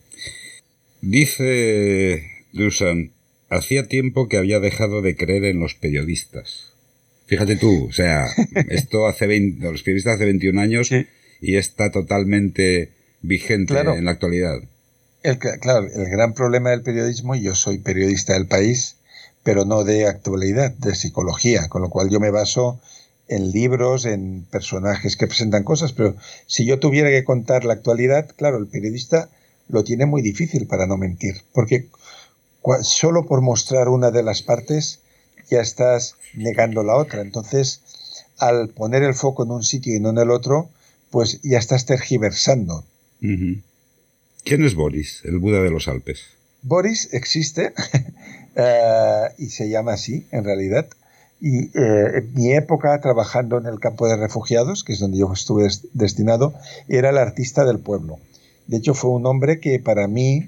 Dice Dusan, hacía tiempo que había dejado de creer en los periodistas. Fíjate tú, o sea, esto los periodistas hace 21 años sí. Y está totalmente vigente en la actualidad. Claro, el gran problema del periodismo, y yo soy periodista del País, pero no de actualidad, de psicología, con lo cual yo me baso en libros, en personajes que presentan cosas, pero si yo tuviera que contar la actualidad, claro, el periodista lo tiene muy difícil para no mentir, porque solo por mostrar una de las partes ya estás negando la otra. Entonces, al poner el foco en un sitio y no en el otro, pues ya estás tergiversando. Uh-huh. ¿Quién es Boris, el Buda de los Alpes? Boris existe y se llama así, en realidad. Y en mi época, trabajando en el campo de refugiados, que es donde yo estuve destinado, era el artista del pueblo. De hecho, fue un hombre que para mí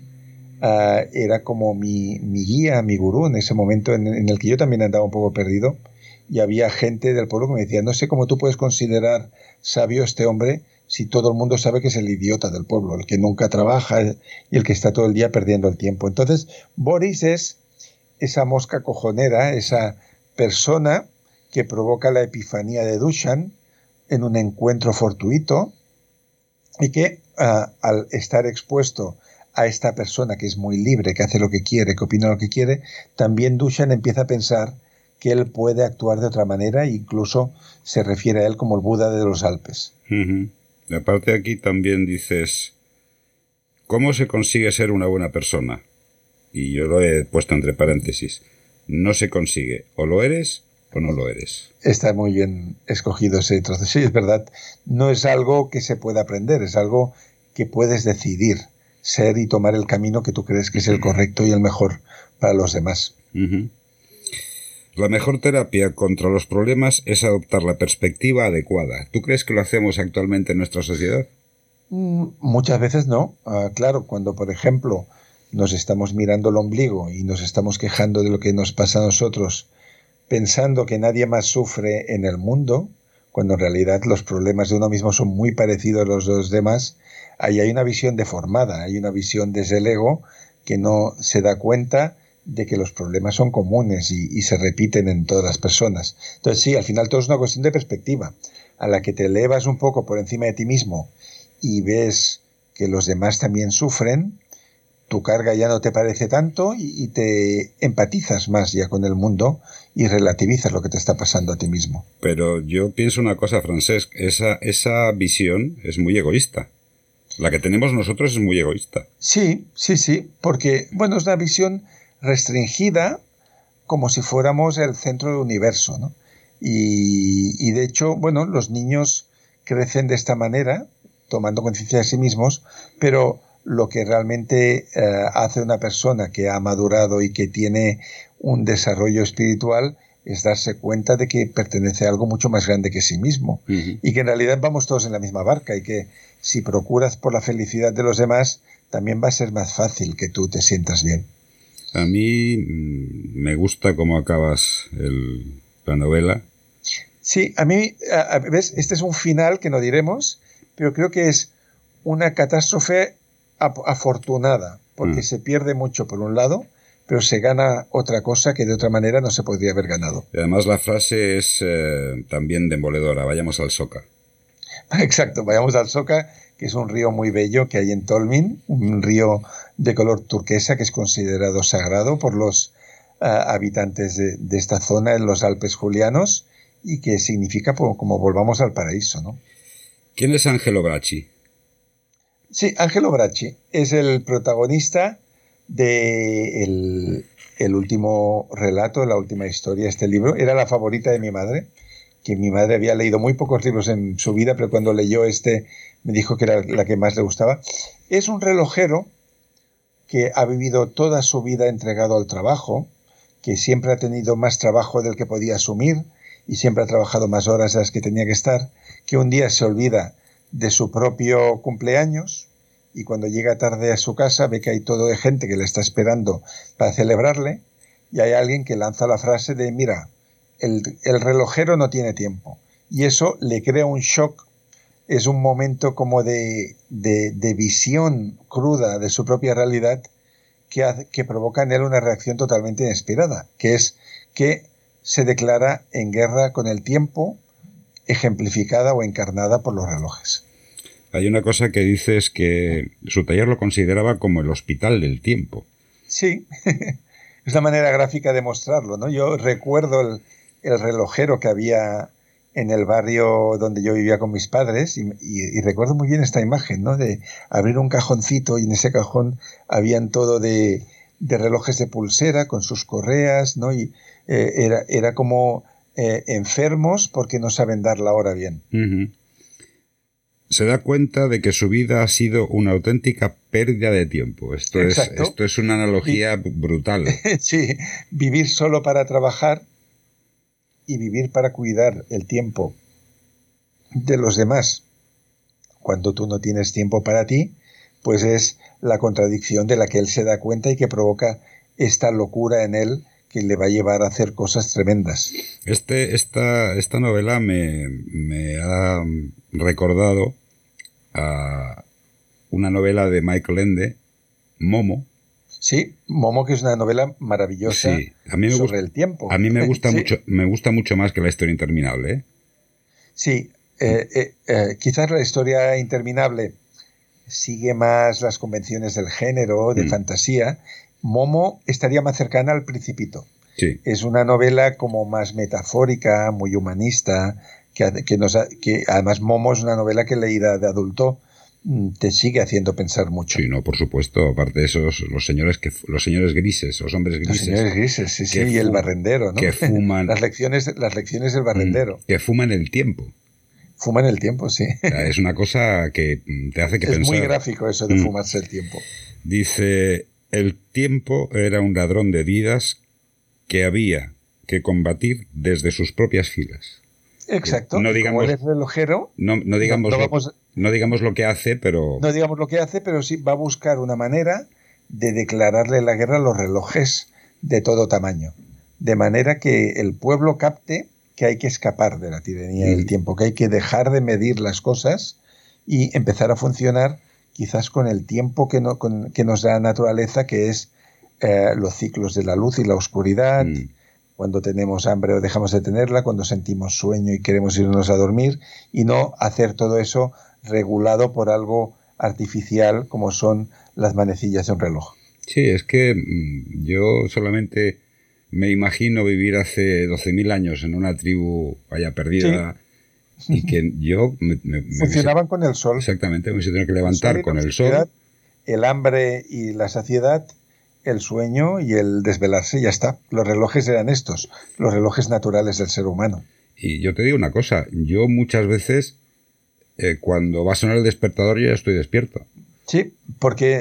era como mi guía, mi gurú, en ese momento en el que yo también andaba un poco perdido. Y había gente del pueblo que me decía, no sé cómo tú puedes considerar sabio este hombre si todo el mundo sabe que es el idiota del pueblo, el que nunca trabaja y el que está todo el día perdiendo el tiempo. Entonces, Boris es esa mosca cojonera, esa persona que provoca la epifanía de Dusan en un encuentro fortuito y que al estar expuesto a esta persona que es muy libre, que hace lo que quiere, que opina lo que quiere, también Dusan empieza a pensar que él puede actuar de otra manera e incluso se refiere a él como el Buda de los Alpes. Uh-huh. Y aparte aquí también dices, ¿cómo se consigue ser una buena persona? Y yo lo he puesto entre paréntesis. No se consigue, o lo eres o no lo eres. Está muy bien escogido ese trozo. Sí, es verdad. No es algo que se pueda aprender, es algo que puedes decidir ser y tomar el camino que tú crees que es el correcto y el mejor para los demás. Uh-huh. La mejor terapia contra los problemas es adoptar la perspectiva adecuada. ¿Tú crees que lo hacemos actualmente en nuestra sociedad? Muchas veces no. Claro, cuando, por ejemplo, nos estamos mirando el ombligo y nos estamos quejando de lo que nos pasa a nosotros, pensando que nadie más sufre en el mundo, cuando en realidad los problemas de uno mismo son muy parecidos a los de los demás, ahí hay una visión deformada, hay una visión desde el ego que no se da cuenta de que los problemas son comunes y se repiten en todas las personas. Entonces sí, al final todo es una cuestión de perspectiva. A la que te elevas un poco por encima de ti mismo y ves que los demás también sufren, tu carga ya no te parece tanto y te empatizas más ya con el mundo y relativizas lo que te está pasando a ti mismo. Pero yo pienso una cosa, Francesc, esa visión es muy egoísta. La que tenemos nosotros es muy egoísta. Sí, porque, bueno, es una visión restringida como si fuéramos el centro del universo, ¿no? Y de hecho, bueno, los niños crecen de esta manera, tomando conciencia de sí mismos, pero lo que realmente hace una persona que ha madurado y que tiene un desarrollo espiritual es darse cuenta de que pertenece a algo mucho más grande que sí mismo. Uh-huh. Y que en realidad vamos todos en la misma barca y que si procuras por la felicidad de los demás, también va a ser más fácil que tú te sientas bien. A mí me gusta cómo acabas la novela. Sí, a mí, ¿ves? Este es un final que no diremos, pero creo que es una catástrofe afortunada, porque se pierde mucho por un lado, pero se gana otra cosa que de otra manera no se podría haber ganado. Y además la frase es también demoledora, vayamos al Soca. Exacto, vayamos al Soca, que es un río muy bello que hay en Tolmin, un río de color turquesa que es considerado sagrado por los habitantes de esta zona en los Alpes Julianos y que significa como volvamos al paraíso, ¿no? ¿Quién es Angelo Bracci? Sí, Angelo Bracci es el protagonista de el último relato, la última historia de este libro. Era la favorita de mi madre, que mi madre había leído muy pocos libros en su vida, pero cuando leyó este me dijo que era la que más le gustaba. Es un relojero que ha vivido toda su vida entregado al trabajo, que siempre ha tenido más trabajo del que podía asumir y siempre ha trabajado más horas de las que tenía que estar, que un día se olvida de su propio cumpleaños y cuando llega tarde a su casa ve que hay todo de gente que le está esperando para celebrarle y hay alguien que lanza la frase de mira, el relojero no tiene tiempo, y eso le crea un shock. Es un momento como de visión cruda de su propia realidad que provoca en él una reacción totalmente inesperada, que es que se declara en guerra con el tiempo, ejemplificada o encarnada por los relojes. Hay una cosa que dices que su taller lo consideraba como el hospital del tiempo. Sí, es la manera gráfica de mostrarlo, ¿no? Yo recuerdo el relojero que había en el barrio donde yo vivía con mis padres y recuerdo muy bien esta imagen, ¿no? De abrir un cajoncito y en ese cajón habían todo de relojes de pulsera con sus correas, ¿no? Y era como enfermos porque no saben dar la hora bien. Uh-huh. Se da cuenta de que su vida ha sido una auténtica pérdida de tiempo. Esto es una analogía brutal. Sí, vivir solo para trabajar y vivir para cuidar el tiempo de los demás cuando tú no tienes tiempo para ti, pues es la contradicción de la que él se da cuenta y que provoca esta locura en él que le va a llevar a hacer cosas tremendas. Esta novela me ha recordado a una novela de Michael Ende, Momo. Sí, Momo, que es una novela maravillosa, sí, a mí sobre el tiempo. A mí me gusta sí. me gusta mucho más que La historia interminable, ¿eh? Sí, quizás La historia interminable sigue más las convenciones del género, de fantasía. Momo estaría más cercana al Principito. Sí. Es una novela como más metafórica, muy humanista, que además Momo es una novela que leída de adulto te sigue haciendo pensar mucho. Sí, no, por supuesto. Aparte de esos, los señores grises, los hombres grises. Los señores grises, sí, y el barrendero, ¿no? Que fuman. Las lecciones del barrendero. Que fuman el tiempo. Fuman el tiempo, sí. O sea, es una cosa que te hace que pensar. Es muy gráfico eso de fumarse el tiempo. Dice, el tiempo era un ladrón de vidas que había que combatir desde sus propias filas. Exacto. No digamos, como él es relojero, no digamos lo que hace, pero... No digamos lo que hace, pero sí va a buscar una manera de declararle la guerra a los relojes de todo tamaño. De manera que el pueblo capte que hay que escapar de la tiranía del tiempo, que hay que dejar de medir las cosas y empezar a funcionar quizás con el tiempo que nos da la naturaleza, que es los ciclos de la luz y la oscuridad, cuando tenemos hambre o dejamos de tenerla, cuando sentimos sueño y queremos irnos a dormir, y no hacer todo eso regulado por algo artificial como son las manecillas de un reloj. Sí, es que yo solamente me imagino vivir hace 12.000 años en una tribu allá perdida, sí. Y que yo... funcionaban con el sol. Exactamente, me hubiese tenido que levantar con el sol. El hambre y la saciedad, el sueño y el desvelarse, ya está. Los relojes eran estos, los relojes naturales del ser humano. Y yo te digo una cosa, yo muchas veces cuando va a sonar el despertador yo ya estoy despierto. Sí, porque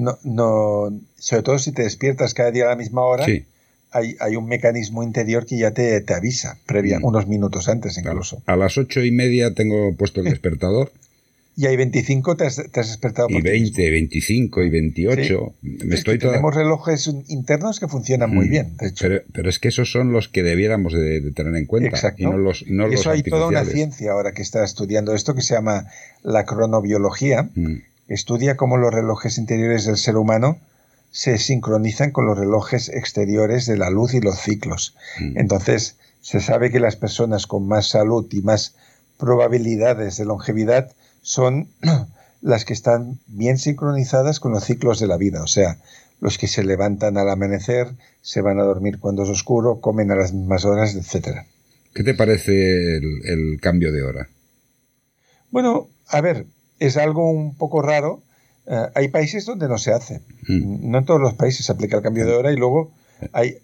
sobre todo si te despiertas cada día a la misma hora, Sí. hay un mecanismo interior que ya te avisa, Mm. unos minutos antes incluso. A las 8:30 tengo puesto el despertador. Y hay 25 te has despertado Y por ti mismo. 20, 25 y Sí, 28. Me es que estoy toda... tenemos relojes internos que funcionan muy Mm. bien, de hecho. Pero es que esos son los que debiéramos de tener en cuenta y no Exacto. no Y los eso hay toda una artificiales. ciencia ahora que está estudiando esto que se llama la cronobiología. Mm. Estudia cómo los relojes interiores del ser humano se sincronizan con los relojes exteriores de la luz y los ciclos. Mm. Entonces, se sabe que las personas con más salud y más probabilidades de longevidad son las que están bien sincronizadas con los ciclos de la vida. O sea, los que se levantan al amanecer, se van a dormir cuando es oscuro, comen a las mismas horas, etcétera. ¿Qué te parece el cambio de hora? Bueno, a ver, es algo un poco raro. Hay países donde no se hace. Mm. No en todos los países se aplica el cambio de hora y luego hay,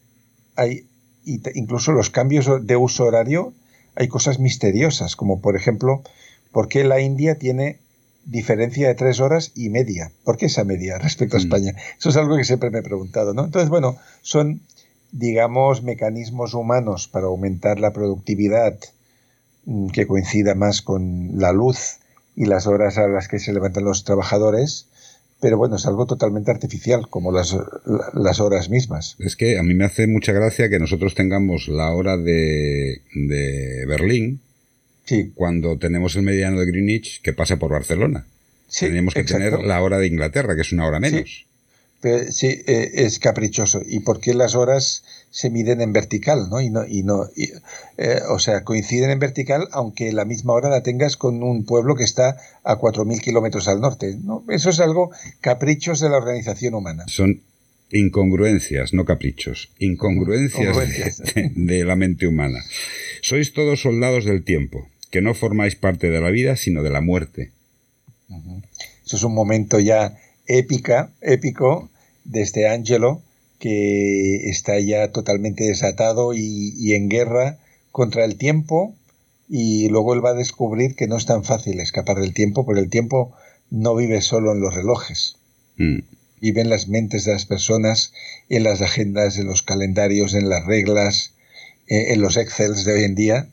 incluso los cambios de uso horario, hay cosas misteriosas, como por ejemplo, ¿por qué la India tiene diferencia de 3 horas y media? ¿Por qué esa media respecto a España? Eso es algo que siempre me he preguntado, ¿no? Entonces, bueno, son, digamos, mecanismos humanos para aumentar la productividad que coincida más con la luz y las horas a las que se levantan los trabajadores, pero bueno, es algo totalmente artificial, como las horas mismas. Es que a mí me hace mucha gracia que nosotros tengamos la hora de Berlín Sí, cuando tenemos el meridiano de Greenwich que pasa por Barcelona. sí, Tendríamos que tener exacto. la hora de Inglaterra, que es una hora Sí, menos. sí, es caprichoso. ¿Y por qué las horas se miden en vertical, no? O sea, coinciden en vertical, aunque la misma hora la tengas con un pueblo que está a 4.000 kilómetros al norte, ¿no? Eso es algo caprichos de la organización humana. Son incongruencias, no caprichos. Incongruencias Congruencias. de la mente humana. Sois todos soldados del tiempo, que no formáis parte de la vida, sino de la muerte. Eso es un momento ya épico de este Angelo, que está ya totalmente desatado y en guerra contra el tiempo, y luego él va a descubrir que no es tan fácil escapar del tiempo, porque el tiempo no vive solo en los relojes, vive en las mentes de las personas, en las agendas, en los calendarios, en las reglas, en los Excels de hoy en día.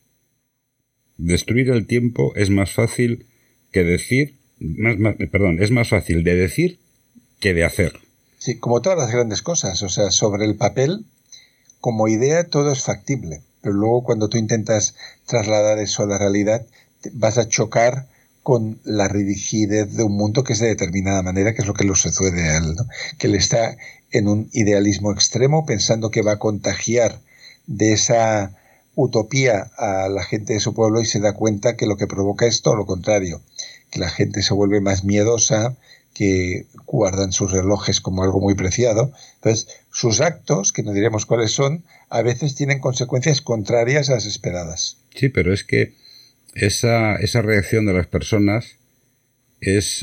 Destruir el tiempo es más fácil que decir, perdón, es más fácil de decir que de hacer. Sí, como todas las grandes cosas, o sea, sobre el papel, como idea todo es factible, pero luego cuando tú intentas trasladar eso a la realidad, vas a chocar con la rigidez de un mundo que es de determinada manera, que es lo que le sucede a él, ¿no? Que él está en un idealismo extremo, pensando que va a contagiar de esa utopía a la gente de su pueblo y se da cuenta que lo que provoca es todo lo contrario, que la gente se vuelve más miedosa, que guardan sus relojes como algo muy preciado. Entonces, sus actos, que no diremos cuáles son, a veces tienen consecuencias contrarias a las esperadas. Sí, pero es que esa reacción de las personas es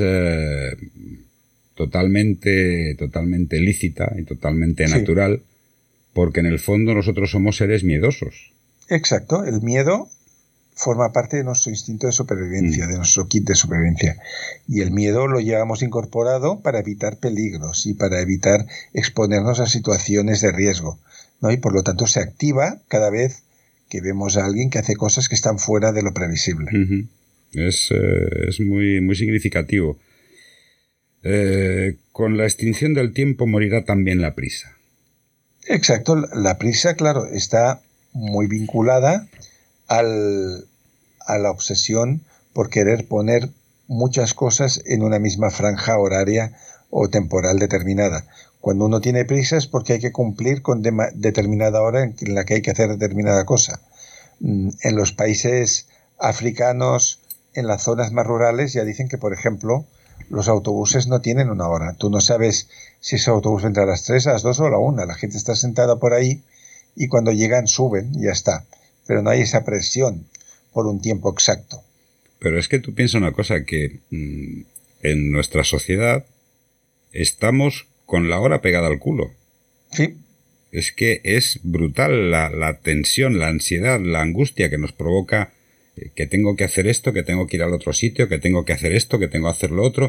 totalmente lícita y totalmente Sí, natural, porque en el fondo nosotros somos seres miedosos. exacto. El miedo forma parte de nuestro instinto de supervivencia, de nuestro kit de supervivencia. Y el miedo lo llevamos incorporado para evitar peligros y para evitar exponernos a situaciones de riesgo, ¿no? Y por lo tanto se activa cada vez que vemos a alguien que hace cosas que están fuera de lo previsible. Es muy significativo. Con la extinción del tiempo morirá también la prisa. Exacto. La prisa, claro, está muy vinculada a la obsesión por querer poner muchas cosas en una misma franja horaria o temporal determinada. Cuando uno tiene prisa es porque hay que cumplir con determinada hora en la que hay que hacer determinada cosa. En los países africanos, en las zonas más rurales, ya dicen que, por ejemplo, los autobuses no tienen una hora. Tú no sabes si ese autobús vendrá a las 3, a las 2 o a la 1. La gente está sentada por ahí y cuando llegan suben y ya está. Pero no hay esa presión por un tiempo exacto. Pero es que tú piensas una cosa, que en nuestra sociedad estamos con la hora pegada al culo. Sí. Es que es brutal la tensión, la ansiedad, la angustia que nos provoca que tengo que hacer esto, que tengo que ir al otro sitio, que tengo que hacer esto, que tengo que hacer lo otro.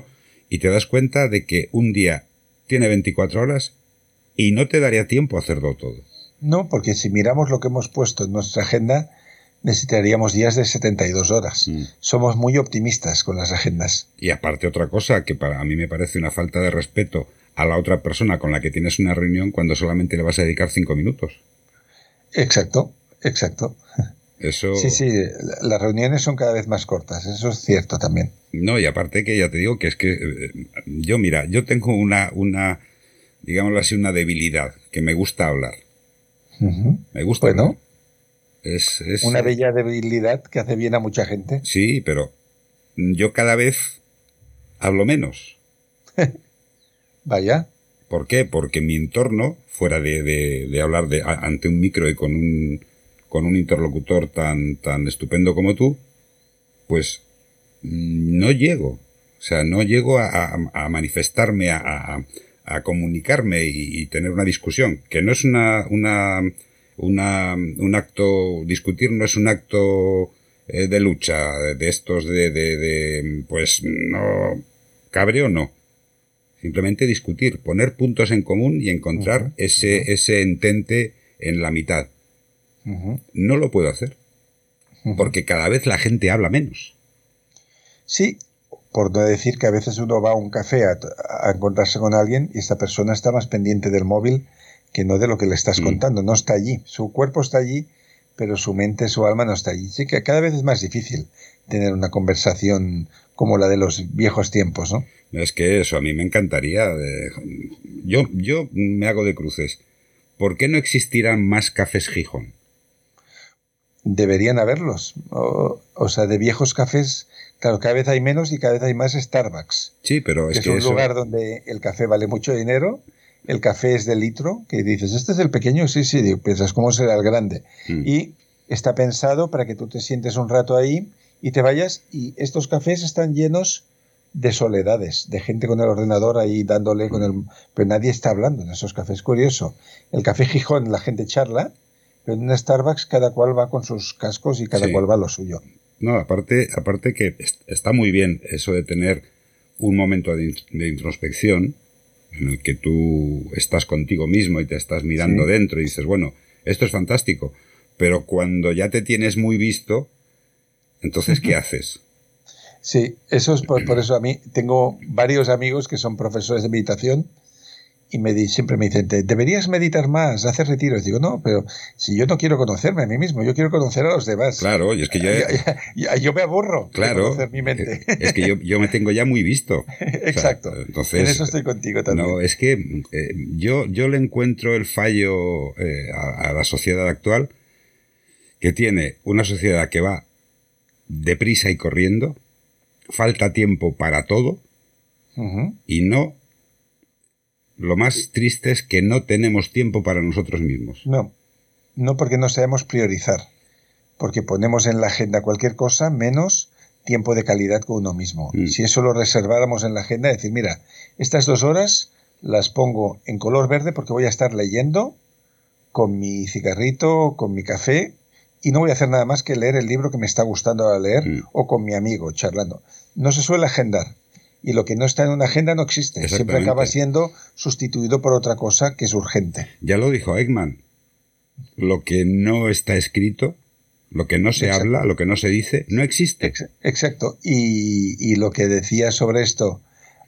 y te das cuenta de que un día tiene 24 horas y no te daría tiempo a hacerlo todo. No, porque si miramos lo que hemos puesto en nuestra agenda, necesitaríamos días de 72 horas. Somos muy optimistas con las agendas. Y aparte otra cosa que para mí me parece una falta de respeto a la otra persona con la que tienes una reunión cuando solamente le vas a dedicar 5 minutos. Exacto, exacto. Eso... Sí, las reuniones son cada vez más cortas, eso es cierto también. No, y aparte que ya te digo que es que yo tengo una digámoslo así, una debilidad, que me gusta hablar. Me gusta hablar. Es una bella debilidad que hace bien a mucha gente. Sí, pero yo cada vez hablo menos. Vaya. ¿Por qué? Porque mi entorno, fuera de hablar ante un micro y con un interlocutor tan estupendo como tú, pues no llego. O sea, no llego a manifestarme, a comunicarme y tener una discusión, que no es un acto, discutir no es un acto de lucha, de estos pues no, cabreo no. Simplemente discutir, poner puntos en común y encontrar ese entente en la mitad. No lo puedo hacer, porque cada vez la gente habla menos. Sí, por no decir que a veces uno va a un café a encontrarse con alguien y esta persona está más pendiente del móvil que no de lo que le estás contando. No está allí. Su cuerpo está allí, pero su mente, su alma no está allí. Sí que cada vez es más difícil tener una conversación como la de los viejos tiempos, ¿no? Es que eso, a mí me encantaría. Yo me hago de cruces. ¿Por qué no existirán más cafés Gijón? Deberían haberlos. O sea, de viejos cafés, claro, cada vez hay menos y cada vez hay más Starbucks. Sí, pero es que es un lugar donde el café vale mucho dinero, el café es de litro, que dices, ¿este es el pequeño? Sí, piensas, ¿cómo será el grande? Y está pensado para que tú te sientes un rato ahí y te vayas, y estos cafés están llenos de soledades, de gente con el ordenador ahí dándole con el... Pero nadie está hablando en esos cafés. Curioso. El café Gijón, la gente charla, pero en un Starbucks cada cual va con sus cascos y cada cual va a lo suyo. No, aparte que está muy bien eso de tener un momento de introspección en el que tú estás contigo mismo y te estás mirando dentro y dices, bueno, esto es fantástico, pero cuando ya te tienes muy visto, entonces, ¿qué haces? Sí, eso es por eso a mí tengo varios amigos que son profesores de meditación y siempre me dicen, deberías meditar más, hacer retiros. Digo, no, pero si yo no quiero conocerme a mí mismo, yo quiero conocer a los demás. Claro, y es que yo me aborro de conocer mi mente. Es que yo me tengo ya muy visto. Exacto. O sea, entonces, en eso estoy contigo también. No, es que yo le encuentro el fallo a la sociedad actual, que tiene una sociedad que va deprisa y corriendo, falta tiempo para todo, y no... Lo más triste es que no tenemos tiempo para nosotros mismos. No porque no sabemos priorizar, porque ponemos en la agenda cualquier cosa menos tiempo de calidad con uno mismo. Si eso lo reserváramos en la agenda, decir, mira, estas 2 horas las pongo en color verde porque voy a estar leyendo con mi cigarrito, con mi café, y no voy a hacer nada más que leer el libro que me está gustando leer o con mi amigo charlando. No se suele agendar. Y lo que no está en una agenda no existe. Siempre acaba siendo sustituido por otra cosa que es urgente. Ya lo dijo Ekman. Lo que no está escrito, lo que no se habla, lo que no se dice, no existe. Exacto. Y lo que decía sobre esto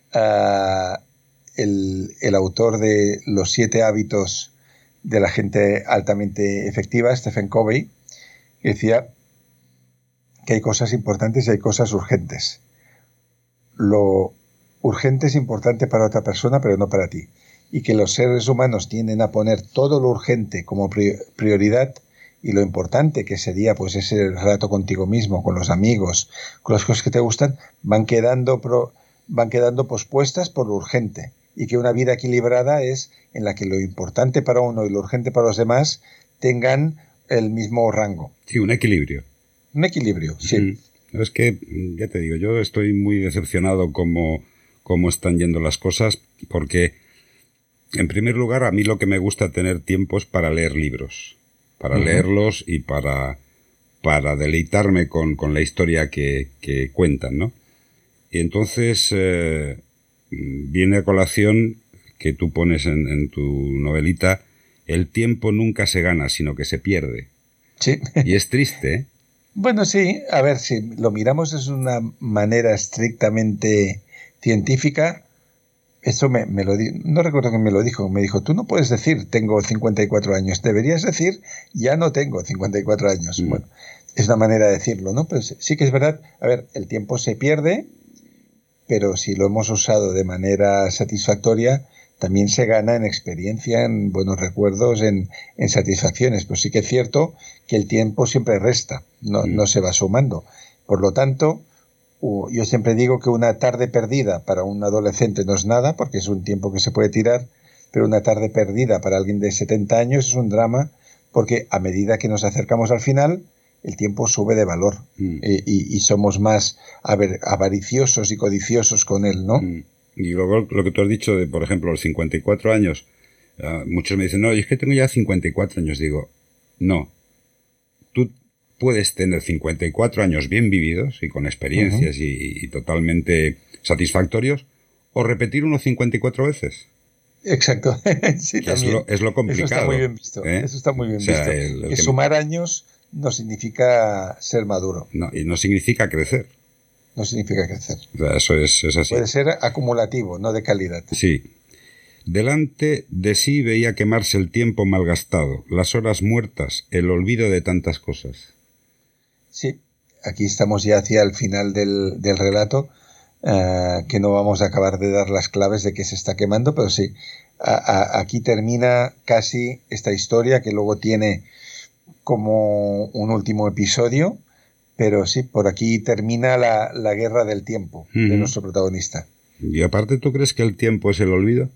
el autor de Los 7 hábitos de la gente altamente efectiva, Stephen Covey, decía que hay cosas importantes y hay cosas urgentes. Lo urgente es importante para otra persona, pero no para ti. Y que los seres humanos tienden a poner todo lo urgente como prioridad, y lo importante que sería pues ese rato contigo mismo, con los amigos, con las cosas que te gustan, van quedando pospuestas por lo urgente. Y que una vida equilibrada es en la que lo importante para uno y lo urgente para los demás tengan el mismo rango. Sí, un equilibrio. Un equilibrio, sí. Es que, ya te digo, yo estoy muy decepcionado cómo están yendo las cosas, porque, en primer lugar, a mí lo que me gusta tener tiempo es para leer libros, para leerlos y para deleitarme con la historia que cuentan, ¿no? Y entonces, viene a colación que tú pones en tu novelita: el tiempo nunca se gana, sino que se pierde. Sí. Y es triste, ¿eh? Bueno, sí, a ver, si lo miramos de una manera estrictamente científica, eso me lo no recuerdo quién me dijo, tú no puedes decir tengo 54 años, deberías decir ya no tengo 54 años. Bueno, es una manera de decirlo, ¿no? Pero sí que es verdad, a ver, el tiempo se pierde, pero si lo hemos usado de manera satisfactoria, también se gana en experiencia, en buenos recuerdos, en satisfacciones. Pues sí que es cierto que el tiempo siempre resta, no se va sumando. Por lo tanto, yo siempre digo que una tarde perdida para un adolescente no es nada, porque es un tiempo que se puede tirar, pero una tarde perdida para alguien de 70 años es un drama, porque a medida que nos acercamos al final, el tiempo sube de valor y somos más avariciosos y codiciosos con él, ¿no? Y luego lo que tú has dicho de, por ejemplo, los 54 años, muchos me dicen, no, es que tengo ya 54 años. Digo, no, tú puedes tener 54 años bien vividos y con experiencias y totalmente satisfactorios, o repetir unos 54 veces. Exacto, sí, que también. Es lo complicado. Eso está muy bien visto. ¿Eh? Eso está muy bien o sea, visto. Que sumar años no significa ser maduro. No, y no significa crecer. No significa crecer. O sea, eso es así. Puede ser acumulativo, no de calidad. Sí. Delante de sí veía quemarse el tiempo malgastado, las horas muertas, el olvido de tantas cosas. Sí, aquí estamos ya hacia el final del relato, que no vamos a acabar de dar las claves de que se está quemando, pero sí, aquí termina casi esta historia, que luego tiene como un último episodio, pero sí, por aquí termina la guerra del tiempo de nuestro protagonista. Y aparte, ¿tú crees que el tiempo es el olvido?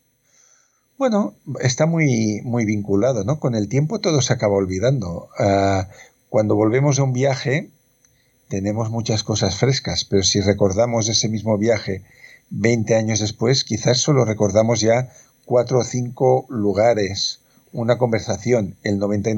Bueno, está muy, muy vinculado, ¿no? Con el tiempo todo se acaba olvidando. Cuando volvemos de un viaje, tenemos muchas cosas frescas, pero si recordamos ese mismo viaje 20 años después, quizás solo recordamos ya 4 o 5 lugares, una conversación. El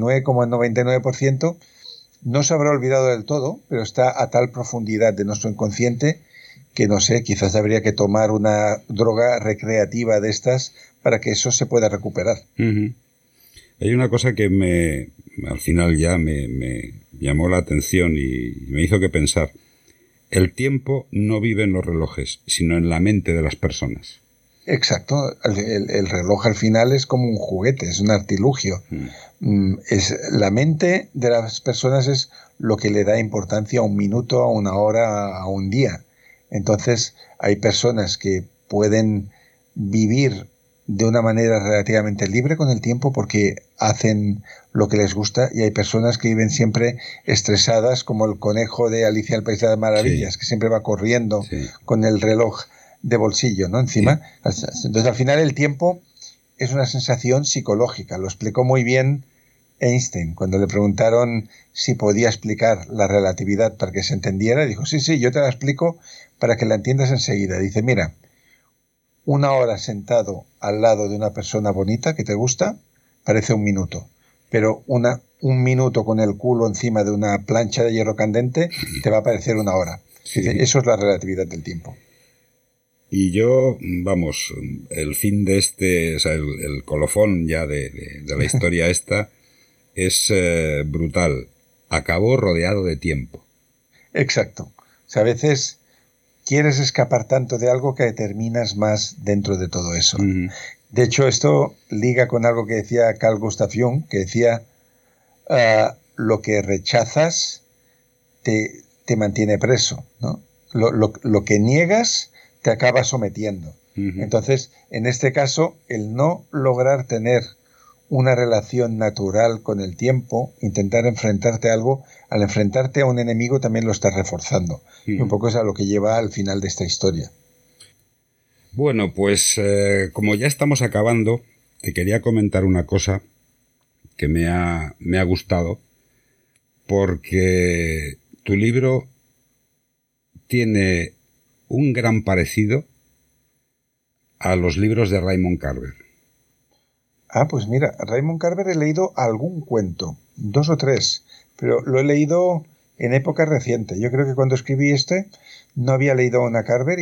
99,99% no se habrá olvidado del todo, pero está a tal profundidad de nuestro inconsciente que, no sé, quizás habría que tomar una droga recreativa de estas para que eso se pueda recuperar. Hay una cosa que al final ya me llamó la atención y me hizo que pensar. El tiempo no vive en los relojes, sino en la mente de las personas. Exacto. El reloj al final es como un juguete, es un artilugio. La mente de las personas es lo que le da importancia a un minuto, a una hora, a un día. Entonces hay personas que pueden vivir de una manera relativamente libre con el tiempo porque hacen lo que les gusta, y hay personas que viven siempre estresadas, como el conejo de Alicia en el País de las Maravillas, sí, que siempre va corriendo con el reloj de bolsillo, ¿no? Encima. Sí. Entonces, al final, el tiempo es una sensación psicológica. Lo explicó muy bien Einstein cuando le preguntaron si podía explicar la relatividad para que se entendiera. Dijo, sí, yo te la explico para que la entiendas enseguida. Dice, mira, una hora sentado al lado de una persona bonita que te gusta parece un minuto, pero un minuto con el culo encima de una plancha de hierro candente te va a parecer una hora. Sí. Dice, eso es la relatividad del tiempo. Y yo, vamos, el fin de o sea, el colofón ya de la historia esta es brutal. Acabó rodeado de tiempo. Exacto. O sea, a veces quieres escapar tanto de algo que terminas más dentro de todo eso. De hecho, esto liga con algo que decía Carl Gustav Jung, que decía, lo que rechazas te mantiene preso, ¿no? Lo que niegas te acaba sometiendo. Entonces, en este caso, el no lograr tener una relación natural con el tiempo, intentar enfrentarte a algo, al enfrentarte a un enemigo también lo estás reforzando. Y un poco es a lo que lleva al final de esta historia. Bueno, pues como ya estamos acabando, te quería comentar una cosa que me ha gustado, porque tu libro tiene un gran parecido a los libros de Raymond Carver. Pues mira, Raymond Carver he leído algún cuento, 2 o 3, pero lo he leído en época reciente. Yo creo que cuando escribí no había leído a Anna Carver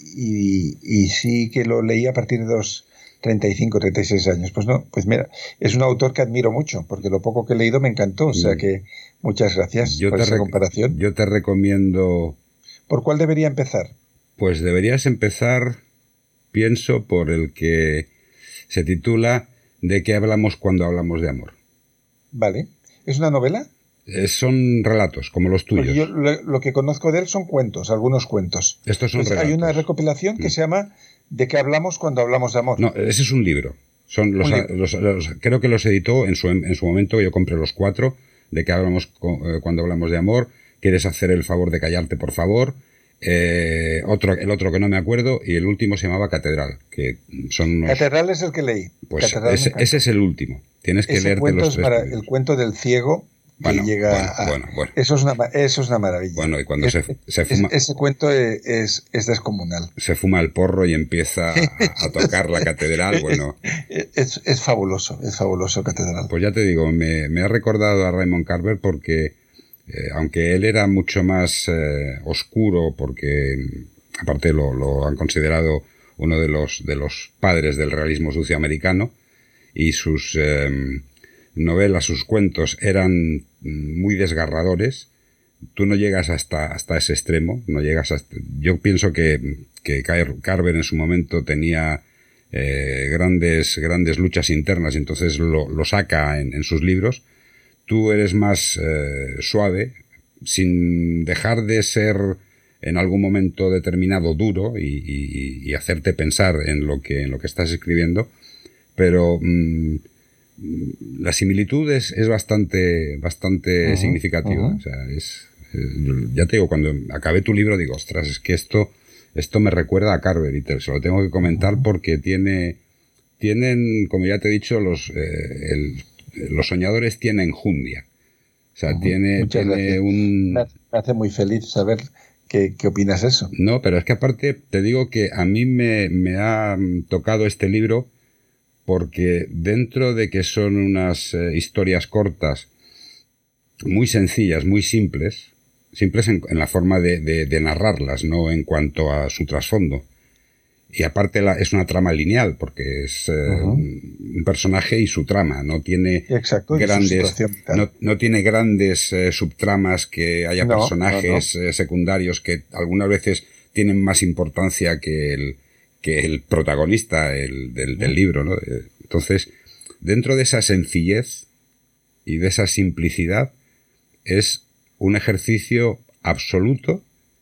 y sí que lo leí a partir de los 35, 36 años. Pues no, pues mira, es un autor que admiro mucho, porque lo poco que he leído me encantó. O sea que muchas gracias por esa comparación. Yo te recomiendo... ¿Por cuál debería empezar? Pues deberías empezar, pienso, por el que se titula ¿De qué hablamos cuando hablamos de amor? Vale. ¿Es una novela? Son relatos, como los tuyos. Porque yo lo que conozco de él son cuentos, algunos cuentos. Estos son relatos. Hay una recopilación que se llama ¿De qué hablamos cuando hablamos de amor? No, ese es un libro. Creo que los editó en su momento. Yo compré los 4. ¿De qué hablamos cuando hablamos de amor? ¿Quieres hacer el favor de callarte, por favor? El otro que no me acuerdo, y el último se llamaba Catedral, que son Catedral es el que leí. Pues ese es el último. Tienes que leerte los 3 primeros. El cuento del ciego que llega bueno. Eso es una maravilla. Bueno, y cuando se fuma... Ese cuento es descomunal. Se fuma el porro y empieza a tocar la catedral, bueno... Es fabuloso Catedral. Pues ya te digo, me ha recordado a Raymond Carver porque... aunque él era mucho más oscuro, porque aparte lo han considerado uno de los padres del realismo socioamericano, y sus novelas, sus cuentos eran muy desgarradores, tú no llegas hasta ese extremo, yo pienso que Carver en su momento tenía grandes luchas internas, y entonces lo saca en sus libros. Tú eres más suave, sin dejar de ser en algún momento determinado duro y hacerte pensar en lo que estás escribiendo, pero la similitud es bastante significativa. O sea, ya te digo, cuando acabé tu libro digo, ostras, es que esto me recuerda a Carver, y se lo tengo que comentar porque tienen, como ya te he dicho, los soñadores tienen enjundia. O sea, tiene un... Me hace muy feliz saber que opinas eso. No, pero es que aparte te digo que a mí me ha tocado este libro porque dentro de que son unas historias cortas, muy sencillas, muy simples en la forma de narrarlas, no en cuanto a su trasfondo. Y aparte es una trama lineal, porque es un personaje y su trama. No tiene no tiene grandes subtramas, que haya personajes secundarios que algunas veces tienen más importancia que el protagonista del libro, ¿no? Entonces, dentro de esa sencillez y de esa simplicidad, es un ejercicio absoluto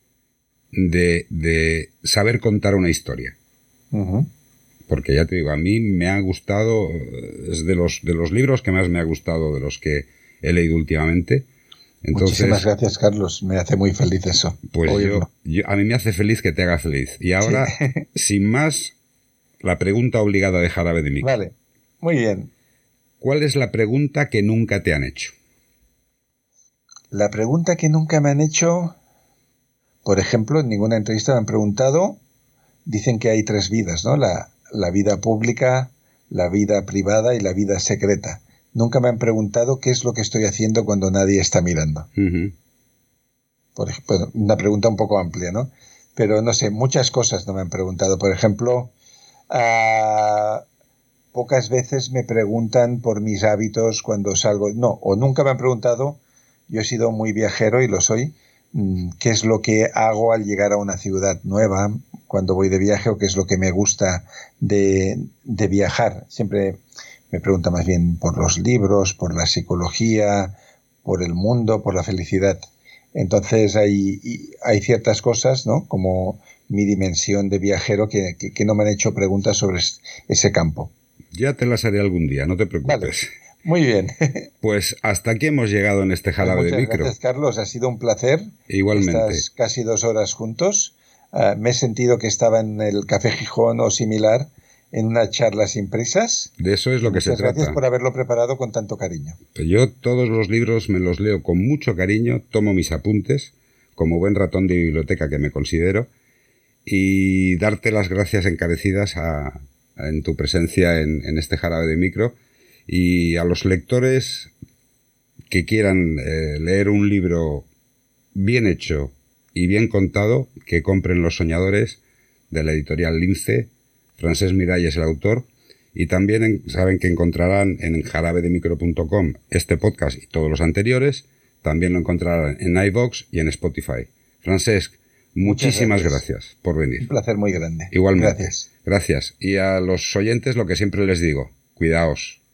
de saber contar una historia. Porque ya te digo, a mí me ha gustado, es de los libros que más me ha gustado de los que he leído últimamente. Entonces, muchísimas gracias, Carlos, me hace muy feliz eso. Pues a mí me hace feliz que te haga feliz. Y ahora, sin más, la pregunta obligada de Jarabe de Micro. Vale, muy bien. ¿Cuál es la pregunta que nunca te han hecho? La pregunta que nunca me han hecho, por ejemplo, en ninguna entrevista me han preguntado, dicen que hay 3 vidas, ¿no? La vida pública, la vida privada y la vida secreta. Nunca me han preguntado qué es lo que estoy haciendo cuando nadie está mirando. Por ejemplo, una pregunta un poco amplia, ¿no? Pero no sé, muchas cosas no me han preguntado. Por ejemplo, pocas veces me preguntan por mis hábitos cuando salgo. No, o nunca me han preguntado, yo he sido muy viajero y lo soy, qué es lo que hago al llegar a una ciudad nueva cuando voy de viaje, o qué es lo que me gusta de viajar. Siempre me pregunta más bien por los libros, por la psicología, por el mundo, por la felicidad. Entonces hay ciertas cosas, ¿no?, como mi dimensión de viajero, que no me han hecho preguntas sobre ese campo. Ya te las haré algún día, no te preocupes. Vale. Muy bien. Pues hasta aquí hemos llegado en este Jarabe de Micro. Gracias, Carlos. Ha sido un placer. Igualmente. Estas casi 2 horas juntos. Me he sentido que estaba en el Café Gijón o similar, en una charla sin prisas. De eso es lo que se trata. Gracias por haberlo preparado con tanto cariño. Yo todos los libros me los leo con mucho cariño, tomo mis apuntes, como buen ratón de biblioteca que me considero, y darte las gracias encarecidas en tu presencia en este Jarabe de Micro. Y a los lectores que quieran leer un libro bien hecho y bien contado, que compren Los Soñadores, de la editorial Lince. Francesc Miralles el autor. Y también saben que encontrarán en jarabedemicro.com este podcast y todos los anteriores. También lo encontrarán en iVoox y en Spotify. Francesc, muchísimas gracias por venir. Un placer muy grande. Igualmente. Gracias. Y a los oyentes lo que siempre les digo, cuidaos.